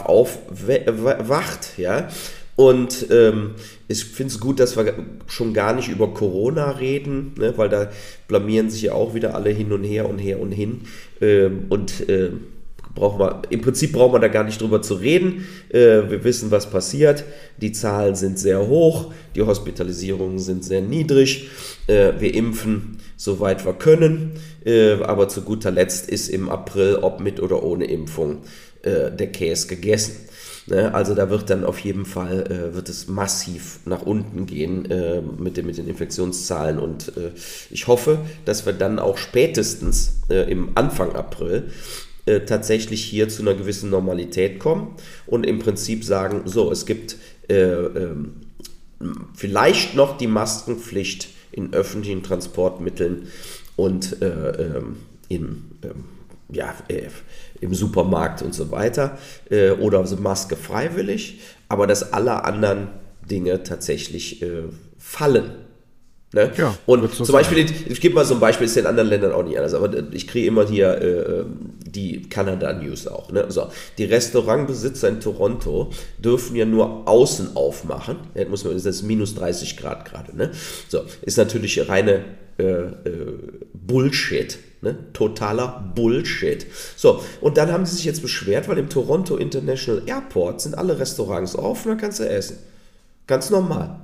aufwacht, ja, und ähm, ich finde es gut, dass wir schon gar nicht über Corona reden, ne, weil da blamieren sich ja auch wieder alle hin und her und her und hin ähm, und äh, brauchen wir, im Prinzip brauchen wir da gar nicht drüber zu reden. Äh, wir wissen, was passiert. Die Zahlen sind sehr hoch, die Hospitalisierungen sind sehr niedrig. Äh, wir impfen, soweit wir können. Äh, aber zu guter Letzt ist im April, ob mit oder ohne Impfung, äh, der Käse gegessen. Ne? Also da wird dann auf jeden Fall, äh, wird es massiv nach unten gehen äh, mit, den, mit den Infektionszahlen. Und äh, ich hoffe, dass wir dann auch spätestens äh, im Anfang April tatsächlich hier zu einer gewissen Normalität kommen und im Prinzip sagen, so, es gibt äh, äh, vielleicht noch die Maskenpflicht in öffentlichen Transportmitteln und äh, äh, in, äh, ja, äh, im Supermarkt und so weiter äh, oder also Maske freiwillig, aber dass alle anderen Dinge tatsächlich äh, fallen. Ne? Ja, und zum Beispiel, ich gebe mal so ein Beispiel, ist ja in anderen Ländern auch nicht anders, aber ich kriege immer hier äh, die Kanada-News auch. Ne? So, die Restaurantbesitzer in Toronto dürfen ja nur außen aufmachen. Ja, muss man, das ist minus dreißig Grad gerade. Ne? So, ist natürlich reine äh, äh, Bullshit. Ne? Totaler Bullshit. So, und dann haben sie sich jetzt beschwert, weil im Toronto International Airport sind alle Restaurants auf und dann kannst du essen. Ganz normal.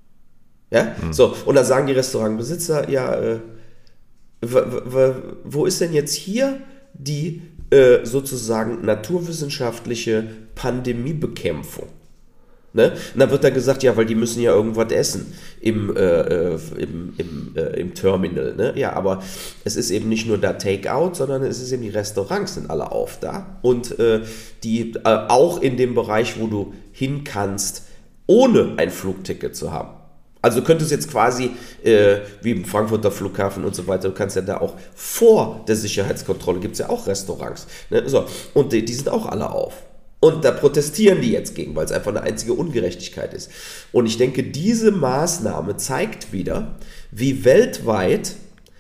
Ja, hm. so, und dann sagen die Restaurantbesitzer, ja, äh, w- w- wo ist denn jetzt hier die äh, sozusagen naturwissenschaftliche Pandemiebekämpfung? Ne? Und dann wird da gesagt, ja, weil die müssen ja irgendwas essen im, äh, im, im, äh, im Terminal. Ne? Ja, aber es ist eben nicht nur da Takeout, sondern es ist eben, die Restaurants sind alle auf da und äh, die äh, auch in dem Bereich, wo du hin kannst, ohne ein Flugticket zu haben. Also du könntest jetzt quasi, äh, wie im Frankfurter Flughafen und so weiter, du kannst ja da auch vor der Sicherheitskontrolle, gibt es ja auch Restaurants. Ne? So, und die, die sind auch alle auf. Und da protestieren die jetzt gegen, weil es einfach eine einzige Ungerechtigkeit ist. Und ich denke, diese Maßnahme zeigt wieder, wie weltweit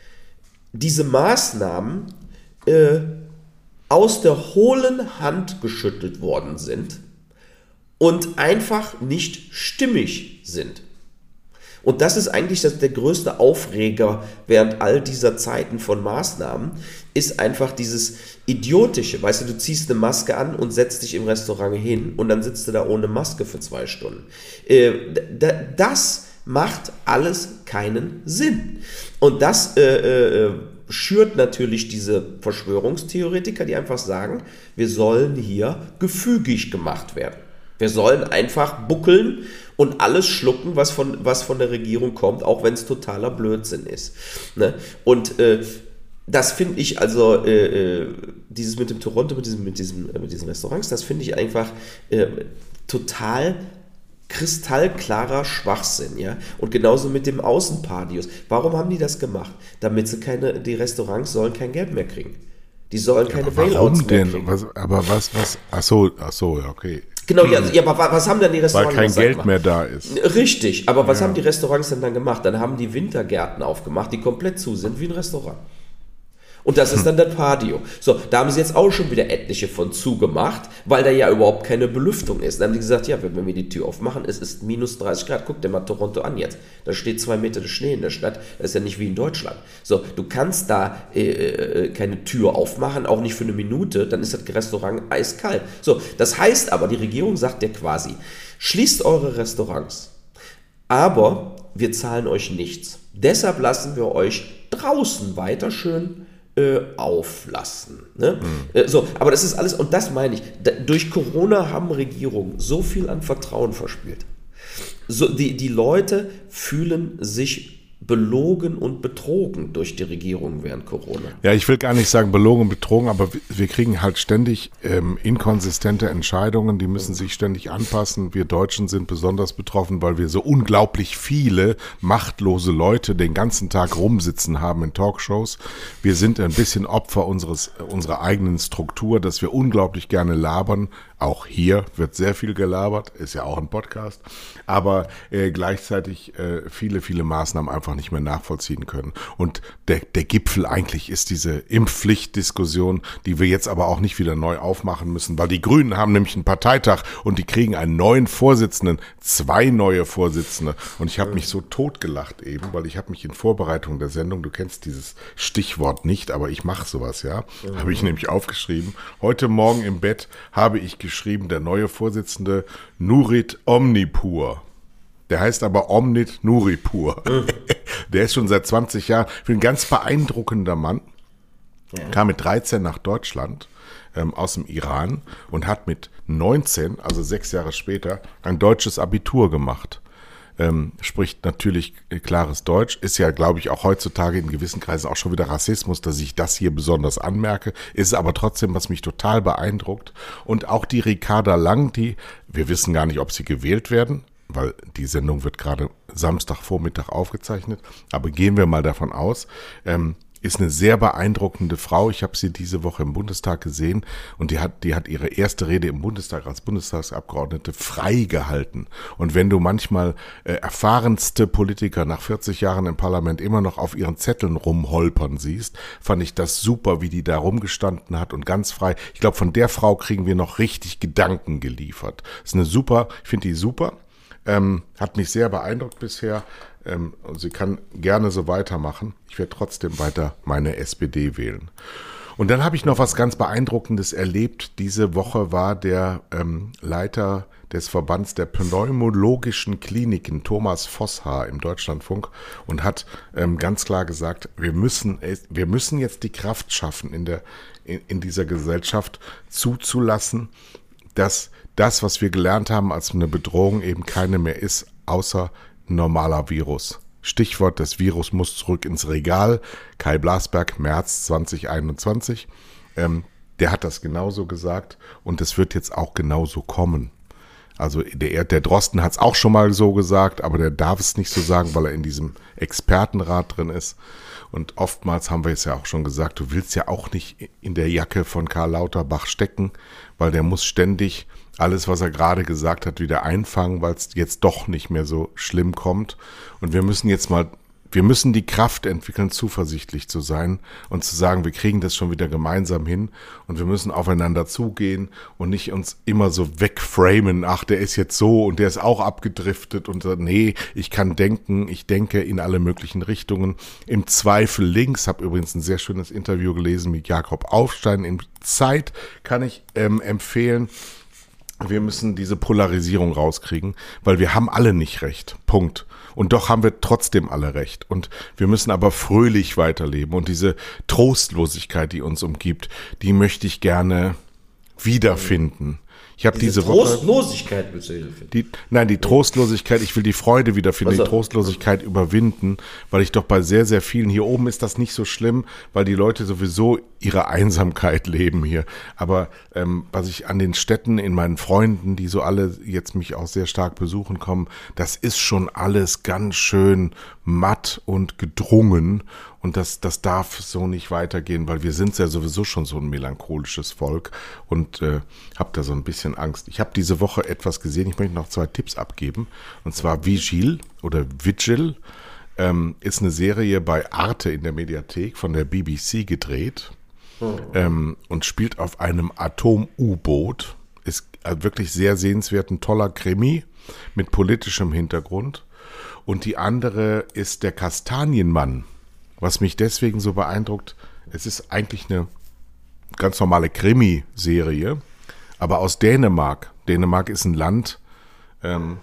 diese Maßnahmen äh, aus der hohlen Hand geschüttelt worden sind und einfach nicht stimmig sind. Und das ist eigentlich das, der größte Aufreger während all dieser Zeiten von Maßnahmen, ist einfach dieses Idiotische. Weißt du, du ziehst eine Maske an und setzt dich im Restaurant hin und dann sitzt du da ohne Maske für zwei Stunden. Äh, d- das macht alles keinen Sinn. Und das äh, äh, schürt natürlich diese Verschwörungstheoretiker, die einfach sagen, wir sollen hier gefügig gemacht werden. Wir sollen einfach buckeln und alles schlucken, was von, was von der Regierung kommt, auch wenn es totaler Blödsinn ist. Ne? Und äh, das finde ich also, äh, dieses mit dem Toronto, mit diesem, mit diesem, äh, mit diesen Restaurants, das finde ich einfach äh, total kristallklarer Schwachsinn, ja. Und genauso mit dem Außenpatios. Warum haben die das gemacht? Damit sie keine, die Restaurants sollen kein Geld mehr kriegen. Die sollen keine ja, Bailouts Warum mehr denn? kriegen. Was, aber was, was, ach so, ach so, ja, okay. Genau, ja, ja, aber was haben denn die Restaurants gemacht? Weil kein Geld gemacht? mehr da ist. Richtig, aber was ja. haben die Restaurants denn dann gemacht? Dann haben die Wintergärten aufgemacht, die komplett zu sind wie ein Restaurant. Und das ist dann der Patio. So, da haben sie jetzt auch schon wieder etliche von zugemacht, weil da ja überhaupt keine Belüftung ist. Dann haben die gesagt, ja, wenn wir die Tür aufmachen, es ist minus dreißig Grad. Guck dir mal Toronto an jetzt. Da steht zwei Meter Schnee in der Stadt. Das ist ja nicht wie in Deutschland. So, du kannst da äh, keine Tür aufmachen, auch nicht für eine Minute. Dann ist das Restaurant eiskalt. So, das heißt aber, die Regierung sagt ja quasi, schließt eure Restaurants. Aber wir zahlen euch nichts. Deshalb lassen wir euch draußen weiter schön Äh, auflassen. Ne? Mhm. Äh, so, aber das ist alles, und das meine ich, da, durch Corona haben Regierungen so viel an Vertrauen verspielt. So, die, die Leute fühlen sich belogen und betrogen durch die Regierung während Corona. Ja, ich will gar nicht sagen belogen und betrogen, aber wir kriegen halt ständig ähm, inkonsistente Entscheidungen, die müssen sich ständig anpassen. Wir Deutschen sind besonders betroffen, weil wir so unglaublich viele machtlose Leute den ganzen Tag rumsitzen haben in Talkshows. Wir sind ein bisschen Opfer unseres unserer eigenen Struktur, dass wir unglaublich gerne labern. Auch hier wird sehr viel gelabert, ist ja auch ein Podcast, aber äh, gleichzeitig äh, viele, viele Maßnahmen einfach nicht mehr nachvollziehen können. Und der, der Gipfel eigentlich ist diese Impfpflichtdiskussion, die wir jetzt aber auch nicht wieder neu aufmachen müssen, weil die Grünen haben nämlich einen Parteitag und die kriegen einen neuen Vorsitzenden, zwei neue Vorsitzende. Und ich habe mich so totgelacht eben, weil ich habe mich in Vorbereitung der Sendung, du kennst dieses Stichwort nicht, aber ich mache sowas, ja, mhm. habe ich nämlich aufgeschrieben. Heute Morgen im Bett habe ich geschrieben, der neue Vorsitzende Nurit Omnipur. Der heißt aber Omnit Nuripur. Mhm. Der ist schon seit zwanzig Jahren ein ganz beeindruckender Mann. Ja. Kam mit dreizehn nach Deutschland ähm, aus dem Iran und hat mit neunzehn, also sechs Jahre später, ein deutsches Abitur gemacht. Ähm, spricht natürlich klares Deutsch, ist ja, glaube ich, auch heutzutage in gewissen Kreisen auch schon wieder Rassismus, dass ich das hier besonders anmerke, ist aber trotzdem, was mich total beeindruckt. Und auch die Ricarda Lang, die, wir wissen gar nicht, ob sie gewählt werden, weil die Sendung wird gerade Samstagvormittag aufgezeichnet, aber gehen wir mal davon aus, ähm, ist eine sehr beeindruckende Frau. Ich habe sie diese Woche im Bundestag gesehen und die hat, die hat ihre erste Rede im Bundestag als Bundestagsabgeordnete frei gehalten. Und wenn du manchmal äh, erfahrenste Politiker nach vierzig Jahren im Parlament immer noch auf ihren Zetteln rumholpern siehst, fand ich das super, wie die da rumgestanden hat und ganz frei. Ich glaube, von der Frau kriegen wir noch richtig Gedanken geliefert. Ist eine super, ich finde die super. Ähm, hat mich sehr beeindruckt bisher. Ähm, sie kann gerne so weitermachen. Ich werde trotzdem weiter meine S P D wählen. Und dann habe ich noch was ganz Beeindruckendes erlebt. Diese Woche war der ähm, Leiter des Verbands der pneumologischen Kliniken, Thomas Vosshaar, im Deutschlandfunk und hat ähm, ganz klar gesagt, wir müssen, wir müssen jetzt die Kraft schaffen, in, der, in, in dieser Gesellschaft zuzulassen, dass das, was wir gelernt haben als eine Bedrohung, eben keine mehr ist, außer normaler Virus. Stichwort, das Virus muss zurück ins Regal. Kai Blasberg, März zwanzig einundzwanzig. Ähm, der hat das genauso gesagt und es wird jetzt auch genauso kommen. Also der, der Drosten hat es auch schon mal so gesagt, aber der darf es nicht so sagen, weil er in diesem Expertenrat drin ist. Und oftmals haben wir es ja auch schon gesagt, du willst ja auch nicht in der Jacke von Karl Lauterbach stecken, weil der muss ständig alles, was er gerade gesagt hat, wieder einfangen, weil es jetzt doch nicht mehr so schlimm kommt. Und wir müssen jetzt mal wir müssen die Kraft entwickeln, zuversichtlich zu sein und zu sagen, wir kriegen das schon wieder gemeinsam hin und wir müssen aufeinander zugehen und nicht uns immer so wegframen, ach, der ist jetzt so und der ist auch abgedriftet und so, nee, ich kann denken, ich denke in alle möglichen Richtungen, im Zweifel links, habe übrigens ein sehr schönes Interview gelesen mit Jakob Aufstein, in Zeit kann ich ähm, empfehlen. Wir müssen diese Polarisierung rauskriegen, weil wir haben alle nicht recht. Punkt. Und doch haben wir trotzdem alle recht. Und wir müssen aber fröhlich weiterleben. Und diese Trostlosigkeit, die uns umgibt, die möchte ich gerne wiederfinden. Ich habe diese, diese Woche Trostlosigkeit willst du wiederfinden? Die, nein, die Trostlosigkeit, ich will die Freude wiederfinden, also, die Trostlosigkeit überwinden, weil ich doch bei sehr, sehr vielen, hier oben ist das nicht so schlimm, weil die Leute sowieso ihre Einsamkeit leben hier. Aber ähm, was ich an den Städten, in meinen Freunden, die so alle jetzt mich auch sehr stark besuchen kommen, das ist schon alles ganz schön matt und gedrungen. Und das, das darf so nicht weitergehen, weil wir sind ja sowieso schon so ein melancholisches Volk und äh, habe da so ein bisschen Angst. Ich habe diese Woche etwas gesehen, ich möchte noch zwei Tipps abgeben. Und zwar Vigil oder Vigil ähm, ist eine Serie bei Arte in der Mediathek von der B B C gedreht oh. ähm, und spielt auf einem Atom-U-Boot. Ist wirklich sehr sehenswert, ein toller Krimi mit politischem Hintergrund. Und die andere ist der Kastanienmann. Was mich deswegen so beeindruckt, es ist eigentlich eine ganz normale Krimi-Serie, aber aus Dänemark. Dänemark ist ein Land, ähm,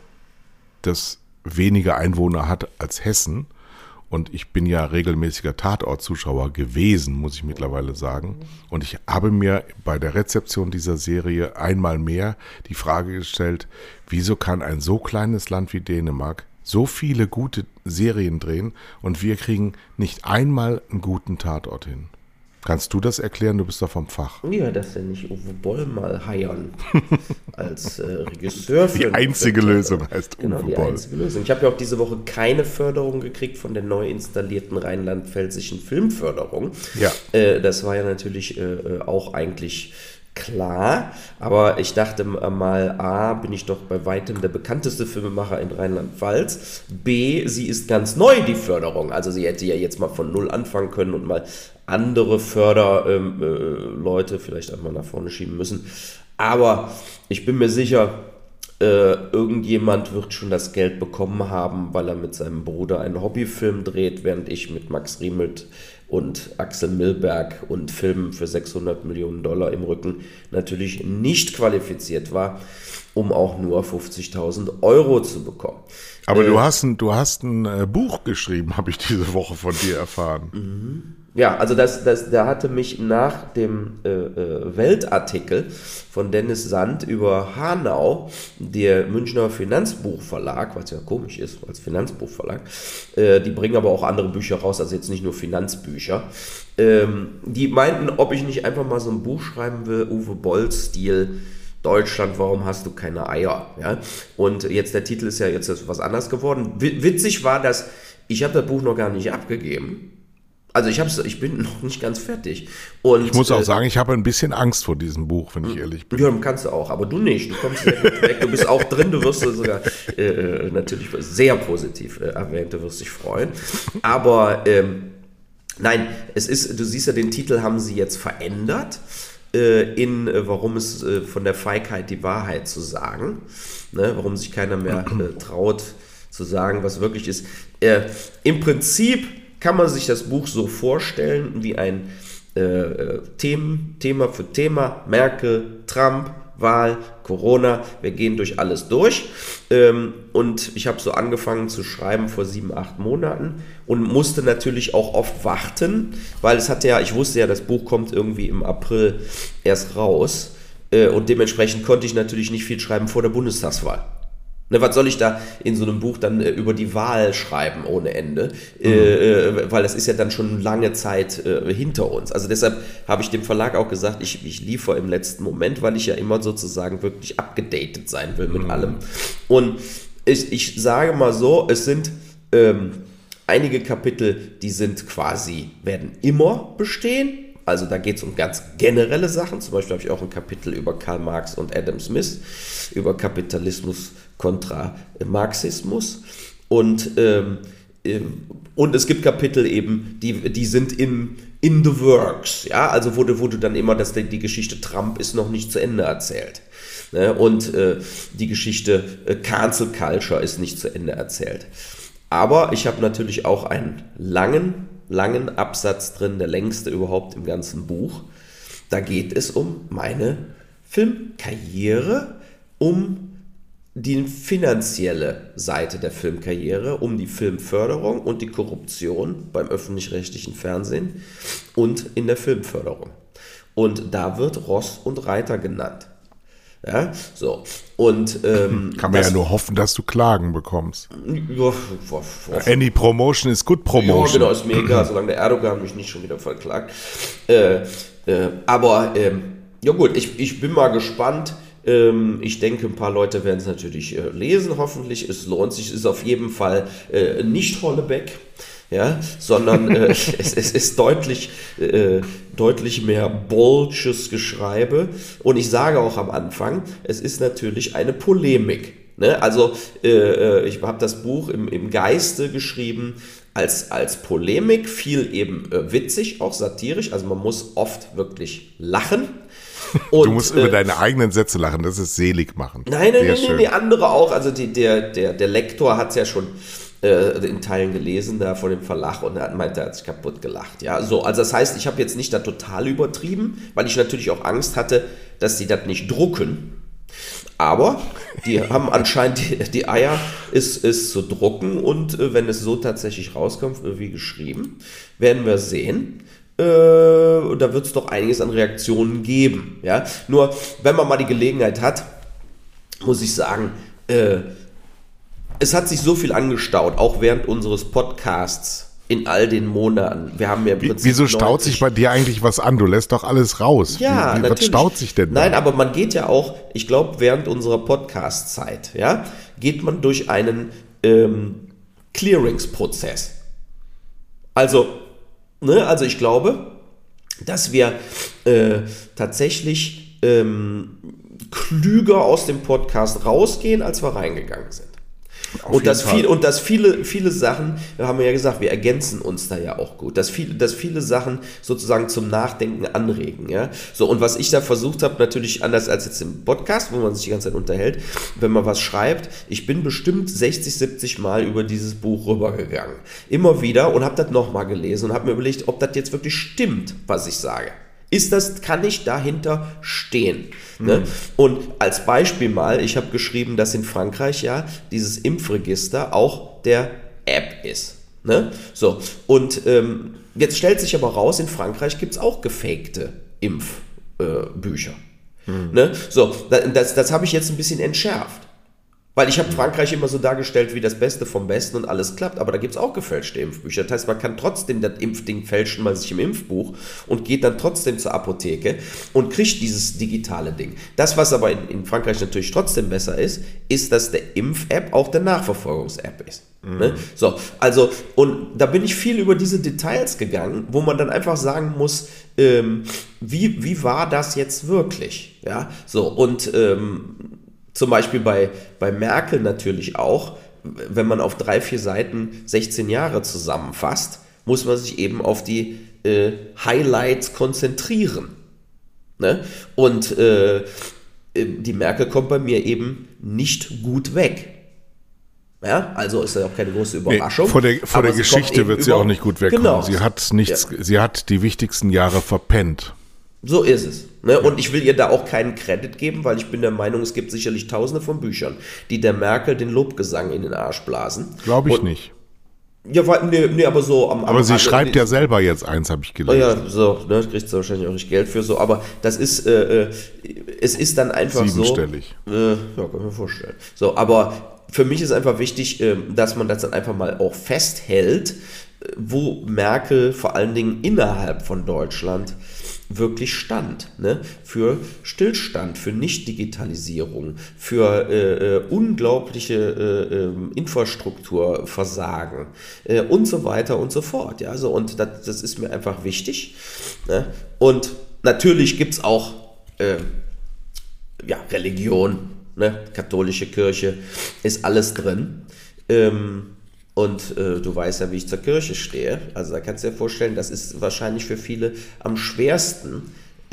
das weniger Einwohner hat als Hessen. Und ich bin ja regelmäßiger Tatort-Zuschauer gewesen, muss ich mittlerweile sagen. Und ich habe mir bei der Rezeption dieser Serie einmal mehr die Frage gestellt, wieso kann ein so kleines Land wie Dänemark so viele gute Serien drehen und wir kriegen nicht einmal einen guten Tatort hin. Kannst du das erklären? Du bist doch vom Fach. Ja, dass wir nicht Uwe Boll mal heiern als äh, Regisseur. Für die einzige für Lösung heißt Uwe genau, die Boll. Einzige Lösung. Ich habe ja auch diese Woche keine Förderung gekriegt von der neu installierten rheinland-pfälzischen Filmförderung. Ja. Äh, das war ja natürlich äh, auch eigentlich klar, aber ich dachte mal, A, bin ich doch bei weitem der bekannteste Filmemacher in Rheinland-Pfalz, B, sie ist ganz neu, die Förderung, also sie hätte ja jetzt mal von Null anfangen können und mal andere Förderleute ähm, äh, vielleicht einmal nach vorne schieben müssen, aber ich bin mir sicher, äh, irgendjemand wird schon das Geld bekommen haben, weil er mit seinem Bruder einen Hobbyfilm dreht, während ich mit Max Riemelt und Axel Milberg und Filmen für sechshundert Millionen Dollar im Rücken natürlich nicht qualifiziert war, um auch nur fünfzigtausend Euro zu bekommen. Aber äh, du hast ein, du hast ein äh, Buch geschrieben, habe ich diese Woche von dir erfahren. Mhm. Ja, also das, das, da hatte mich nach dem äh, äh, Weltartikel von Dennis Sand über Hanau, der Münchner Finanzbuchverlag, was ja komisch ist als Finanzbuchverlag, äh, die bringen aber auch andere Bücher raus, also jetzt nicht nur Finanzbücher, ähm, die meinten, ob ich nicht einfach mal so ein Buch schreiben will, Uwe Boll-Stil, Deutschland, warum hast du keine Eier? Ja? Und jetzt der Titel ist ja jetzt was anderes geworden. Witzig war, dass ich habe das Buch noch gar nicht abgegeben. Also ich, hab's, ich bin noch nicht ganz fertig. Und, ich muss auch äh, sagen, ich habe ein bisschen Angst vor diesem Buch, wenn ich ehrlich bin. Ja, kannst du auch, aber du nicht. Du kommst sehr gut weg, du bist auch drin, du wirst sogar äh, natürlich sehr positiv äh, erwähnt, du wirst dich freuen. Aber ähm, nein, es ist, du siehst ja, den Titel haben sie jetzt verändert, äh, in äh, warum es äh, von der Feigheit die Wahrheit zu sagen, ne, warum sich keiner mehr äh, traut zu sagen, was wirklich ist. Äh, Im Prinzip kann man sich das Buch so vorstellen wie ein äh, Themen, Thema für Thema, Merkel, Trump, Wahl, Corona, wir gehen durch alles durch. Ähm, und ich habe so angefangen zu schreiben vor sieben, acht Monaten und musste natürlich auch oft warten, weil es hatte ja, ich wusste ja, das Buch kommt irgendwie im April erst raus äh, und dementsprechend konnte ich natürlich nicht viel schreiben vor der Bundestagswahl. Ne, was soll ich da in so einem Buch dann äh, über die Wahl schreiben ohne Ende? Mhm. Äh, weil das ist ja dann schon lange Zeit äh, hinter uns. Also deshalb habe ich dem Verlag auch gesagt, ich, ich liefere im letzten Moment, weil ich ja immer sozusagen wirklich abgedatet sein will mit mhm. allem. Und ich, ich sage mal so, es sind ähm, einige Kapitel, die sind quasi, werden immer bestehen. Also da geht es um ganz generelle Sachen. Zum Beispiel habe ich auch ein Kapitel über Karl Marx und Adam Smith, über Kapitalismus kontra Marxismus. Und ähm, und es gibt Kapitel eben, die, die sind in, in the works, ja, also wo du, wo du dann immer, dass die, die Geschichte Trump ist noch nicht zu Ende erzählt. Ne? Und äh, die Geschichte äh, Cancel Culture ist nicht zu Ende erzählt. Aber ich habe natürlich auch einen langen, langen Absatz drin, der längste überhaupt im ganzen Buch. Da geht es um meine Filmkarriere, um die finanzielle Seite der Filmkarriere, um die Filmförderung und die Korruption beim öffentlich-rechtlichen Fernsehen und in der Filmförderung. Und da wird Ross und Reiter genannt. Ja, so. Und ähm, kann man das, ja nur hoffen, dass du Klagen bekommst. Ja, Any promotion is good promotion. Ja, genau, ist mir egal, solange der Erdogan mich nicht schon wieder verklagt. Äh, äh, aber äh, ja gut, ich, ich bin mal gespannt. Ähm, ich denke, ein paar Leute werden es natürlich äh, lesen, hoffentlich. Es lohnt sich, es ist auf jeden Fall äh, nicht Hollebeck. Ja, sondern äh, es, es ist deutlich, äh, deutlich mehr bolsches Geschreibe. Und ich sage auch am Anfang, es ist natürlich eine Polemik. Ne? Also äh, ich habe das Buch im, im Geiste geschrieben als, als Polemik, viel eben äh, witzig, auch satirisch. Also man muss oft wirklich lachen. Und, du musst äh, über deine eigenen Sätze lachen, das ist selig machen. Nein, nein, nein, nein, die andere auch. Also die, der, der, der Lektor hat es ja schon in Teilen gelesen, da von dem Verlag, und er meinte, er hat sich kaputt gelacht. Ja, so, also das heißt, ich habe jetzt nicht da total übertrieben, weil ich natürlich auch Angst hatte, dass die das nicht drucken. Aber die haben anscheinend die, die Eier, es, es zu drucken, und äh, wenn es so tatsächlich rauskommt, wie geschrieben, werden wir sehen. Äh, da wird es doch einiges an Reaktionen geben. Ja? Nur, wenn man mal die Gelegenheit hat, muss ich sagen, äh, es hat sich so viel angestaut, auch während unseres Podcasts in all den Monaten. Wir haben ja im Prinzip Wieso staut sich bei dir eigentlich was an? Du lässt doch alles raus. Ja, wie, wie, natürlich. Was staut sich denn da? Nein, aber man geht ja auch, ich glaube, während unserer Podcast-Zeit, ja, geht man durch einen ähm, Clearingsprozess. Also, ne, also ich glaube, dass wir äh, tatsächlich ähm, klüger aus dem Podcast rausgehen, als wir reingegangen sind. Und dass, viel, und dass viele, viele Sachen, wir haben ja gesagt, wir ergänzen uns da ja auch gut, dass viele, dass viele Sachen sozusagen zum Nachdenken anregen. Ja? So, und was ich da versucht habe, natürlich anders als jetzt im Podcast, wo man sich die ganze Zeit unterhält, wenn man was schreibt, ich bin bestimmt sechzig, siebzig Mal über dieses Buch rübergegangen. Immer wieder, und habe das nochmal gelesen und habe mir überlegt, ob das jetzt wirklich stimmt, was ich sage. Ist das, kann ich dahinter stehen? Mhm. Ne? Und als Beispiel mal, ich habe geschrieben, dass in Frankreich ja dieses Impfregister auch der App ist. Ne? So, und ähm, jetzt stellt sich aber raus, in Frankreich gibt es auch gefakte Impfbücher. Äh, mhm. Ne? So, das, das habe ich jetzt ein bisschen entschärft. Weil ich habe Frankreich immer so dargestellt wie das Beste vom Besten und alles klappt, aber da gibt es auch gefälschte Impfbücher. Das heißt, man kann trotzdem das Impfding fälschen bei sich im Impfbuch und geht dann trotzdem zur Apotheke und kriegt dieses digitale Ding. Das, was aber in, in Frankreich natürlich trotzdem besser ist, ist, dass der Impf-App auch der Nachverfolgungs-App ist. Mhm. Ne? So, also, und da bin ich viel über diese Details gegangen, wo man dann einfach sagen muss, ähm, wie, wie war das jetzt wirklich? Ja, so, und ähm, zum Beispiel bei, bei Merkel natürlich auch, wenn man auf drei, vier Seiten sechzehn Jahre zusammenfasst, muss man sich eben auf die äh, Highlights konzentrieren. Ne? Und äh, die Merkel kommt bei mir eben nicht gut weg. Ja, also ist ja auch keine große Überraschung. Nee, vor der, vor der Geschichte wird sie auch nicht gut wegkommen. Genau. Sie hat nichts, ja. Sie hat die wichtigsten Jahre verpennt. So ist es. Ne? Und ich will ihr da auch keinen Credit geben, weil ich bin der Meinung, es gibt sicherlich tausende von Büchern, die der Merkel den Lobgesang in den Arsch blasen. Glaube ich und, nicht. Ja, nee, nee, aber so am, am Aber sie am, schreibt nee, ja selber jetzt eins, habe ich gelesen. Oh ja, so, ne, kriegt sie wahrscheinlich auch nicht Geld für so, aber das ist, äh, es ist dann einfach Siebenstellig. so. Äh, ja, kann ich mir vorstellen. So, aber für mich ist einfach wichtig, äh, dass man das dann einfach mal auch festhält, wo Merkel vor allen Dingen innerhalb von Deutschland wirklich stand, ne? Für Stillstand, für Nicht-Digitalisierung, für äh, äh, unglaubliche äh, äh, Infrastrukturversagen äh, und so weiter und so fort. Ja? So, und das, das ist mir einfach wichtig. Ne? Und natürlich gibt es auch äh, ja, Religion, ne? Katholische Kirche, ist alles drin. Ähm, Und äh, du weißt ja, wie ich zur Kirche stehe. Also da kannst du dir vorstellen, das ist wahrscheinlich für viele am schwersten.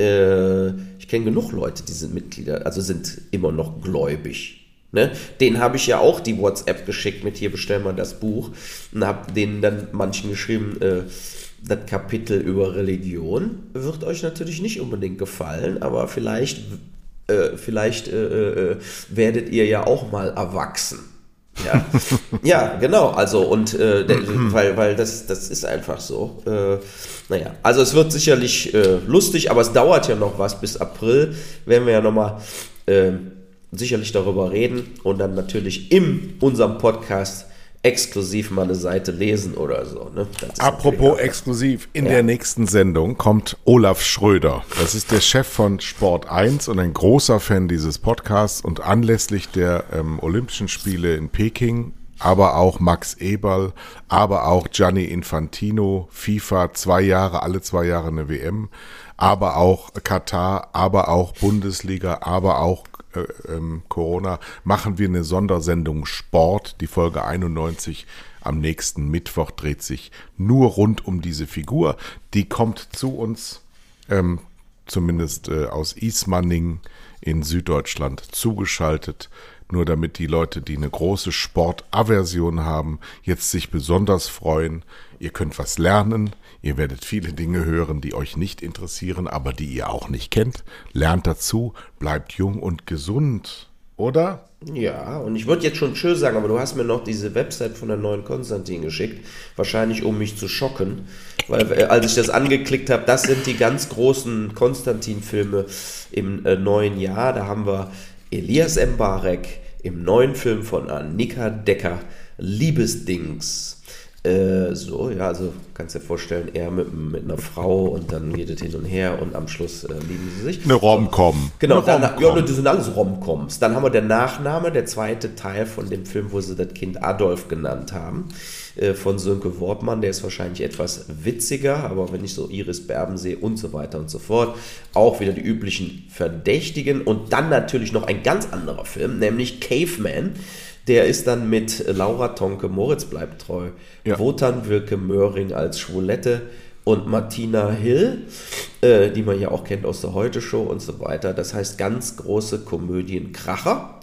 Äh, ich kenne genug Leute, die sind Mitglieder, also sind immer noch gläubig. Ne? Denen habe ich ja auch die WhatsApp geschickt mit hier bestell mal das Buch und habe denen dann manchen geschrieben, äh, das Kapitel über Religion wird euch natürlich nicht unbedingt gefallen, aber vielleicht, äh, vielleicht äh, äh, werdet ihr ja auch mal erwachsen. Ja, ja, genau, also und äh, der, weil, weil das, das ist einfach so. Äh, naja, also es wird sicherlich äh, lustig, aber es dauert ja noch was bis April, werden wir ja nochmal äh, sicherlich darüber reden und dann natürlich in unserem Podcast exklusiv mal eine Seite lesen oder so. Ne? Apropos exklusiv, in ja. der nächsten Sendung kommt Olaf Schröder. Das ist der Chef von Sport eins und ein großer Fan dieses Podcasts und anlässlich der ähm, Olympischen Spiele in Peking, aber auch Max Eberl, aber auch Gianni Infantino, FIFA, zwei Jahre, alle zwei Jahre eine W M, aber auch Katar, aber auch Bundesliga, aber auch Ähm, Corona, machen wir eine Sondersendung Sport, die Folge einundneunzig am nächsten Mittwoch dreht sich nur rund um diese Figur. Die kommt zu uns, ähm, zumindest äh, aus Ismaning in Süddeutschland zugeschaltet, nur damit die Leute, die eine große Sportaversion haben, jetzt sich besonders freuen. Ihr könnt was lernen, ihr werdet viele Dinge hören, die euch nicht interessieren, aber die ihr auch nicht kennt. Lernt dazu, bleibt jung und gesund, oder? Ja, und ich würde jetzt schon Tschö sagen, aber du hast mir noch diese Website von der neuen Konstantin geschickt, wahrscheinlich um mich zu schocken, weil äh, als ich das angeklickt habe, das sind die ganz großen Konstantin-Filme im äh, neuen Jahr. Da haben wir Elias Mbarek im neuen Film von Annika Decker, Liebesdings. Äh, so, ja, also kannst dir vorstellen, er mit, mit einer Frau und dann geht es hin und her und am Schluss äh, lieben sie sich. Eine Rom-Com. Genau, Eine dann, Rom-Com. ja, das sind alles Rom-Coms. Dann haben wir der Nachname, der zweite Teil von dem Film, wo sie das Kind Adolf genannt haben, äh, von Sönke Wortmann. Der ist wahrscheinlich etwas witziger, aber wenn ich so Iris Berben sehe und so weiter und so fort, auch wieder die üblichen Verdächtigen. Und dann natürlich noch ein ganz anderer Film, nämlich Caveman. Der ist dann mit Laura Tonke, Moritz bleibt treu, ja. Wotan Wilke Möhring als Schwulette und Martina Hill, äh, die man ja auch kennt aus der Heute-Show und so weiter. Das heißt ganz große Komödienkracher.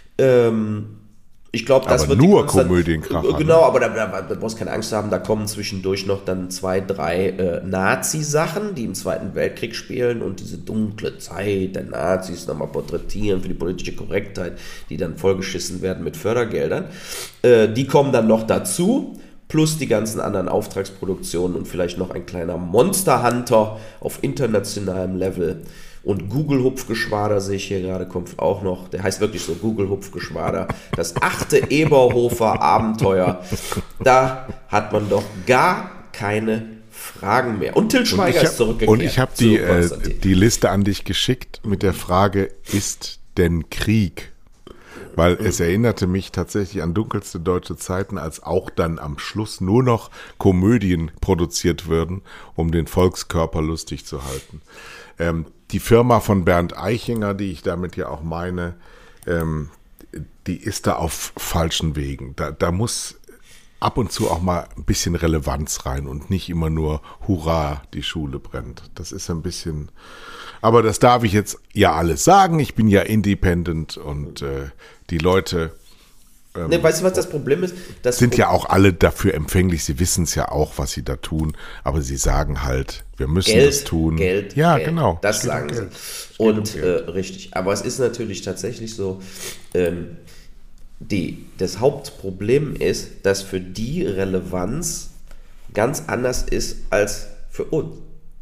Ähm, ich glaube, das aber wird nur die Konstant- Komödienkracher. Genau, aber da, da, da brauchst keine Angst haben, da kommen zwischendurch noch dann zwei, drei äh, Nazi-Sachen, die im Zweiten Weltkrieg spielen und diese dunkle Zeit der Nazis nochmal porträtieren für die politische Korrektheit, die dann vollgeschissen werden mit Fördergeldern. Äh, die kommen dann noch dazu, plus die ganzen anderen Auftragsproduktionen und vielleicht noch ein kleiner Monster Hunter auf internationalem Level. Und Google-Hupfgeschwader sehe ich hier gerade, kommt auch noch. Der heißt wirklich so, Google-Hupfgeschwader. Das achte Eberhofer Abenteuer. Da hat man doch gar keine Fragen mehr. Und Til Schweiger hab, ist zurückgekehrt. Und ich habe die, äh, die Liste an dich geschickt mit der Frage, ist denn Krieg? Weil es erinnerte mich tatsächlich an dunkelste deutsche Zeiten, als auch dann am Schluss nur noch Komödien produziert würden, um den Volkskörper lustig zu halten. Ähm, die Firma von Bernd Eichinger, die ich damit ja auch meine, ähm, die ist da auf falschen Wegen. Da, da muss ab und zu auch mal ein bisschen Relevanz rein und nicht immer nur Hurra, die Schule brennt. Das ist ein bisschen, aber das darf ich jetzt ja alles sagen. Ich bin ja independent und äh, die Leute ähm, ne, weißt du, was das Problem ist? Das sind ja auch alle dafür empfänglich. Sie wissen es ja auch, was sie da tun, aber sie sagen halt, wir müssen Geld, das tun. Geld, ja, Geld. genau. Das sagen um sie. Und um äh, richtig. Aber es ist natürlich tatsächlich so, ähm, die, das Hauptproblem ist, dass für die Relevanz ganz anders ist als für uns.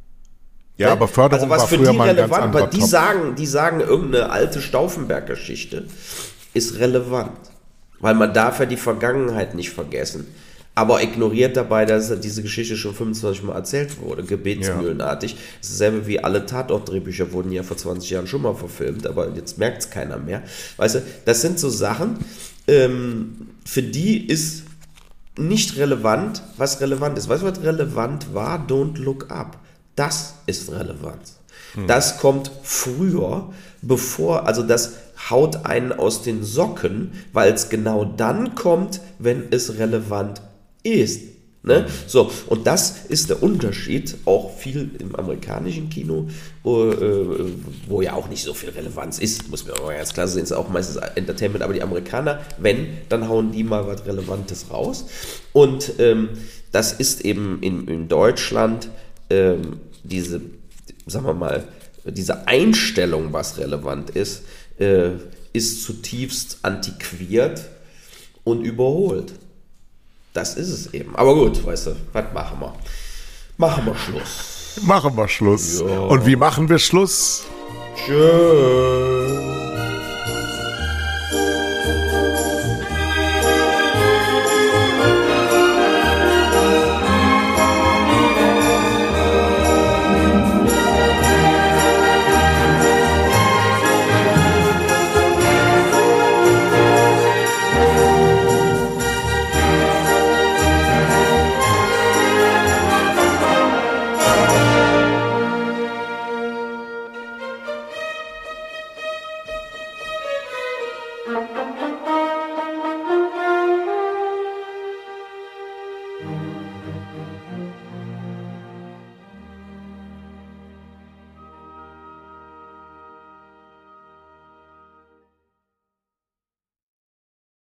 Ja, ne? Aber Förderung also was war für früher die mal ein ganz relevant, anderer weil die Topf. sagen, die sagen, irgendeine alte Stauffenberg-Geschichte ist relevant, weil man darf ja die Vergangenheit nicht vergessen. Aber ignoriert dabei, dass diese Geschichte schon fünfundzwanzig Mal erzählt wurde, gebetsmühlenartig. Das ist dasselbe wie alle Tatort-Drehbücher wurden ja vor zwanzig Jahren schon mal verfilmt, aber jetzt merkt es keiner mehr. Weißt du, das sind so Sachen, ähm, für die ist nicht relevant, was relevant ist. Weißt du, was relevant war? Don't Look Up. Das ist relevant. Hm. Das kommt früher, bevor, also das haut einen aus den Socken, weil es genau dann kommt, wenn es relevant ist. Ne? So, und das ist der Unterschied, auch viel im amerikanischen Kino, wo, äh, wo ja auch nicht so viel Relevanz ist, muss man aber ganz klar sehen, ist auch meistens Entertainment, aber die Amerikaner, wenn, dann hauen die mal was Relevantes raus. Und ähm, das ist eben in, in Deutschland ähm, diese, sagen wir mal, diese Einstellung, was relevant ist, äh, ist zutiefst antiquiert und überholt. Das ist es eben. Aber gut, weißt du, was machen wir? Machen wir Schluss. Machen wir Schluss. Ja. Und wie machen wir Schluss? Tschüss.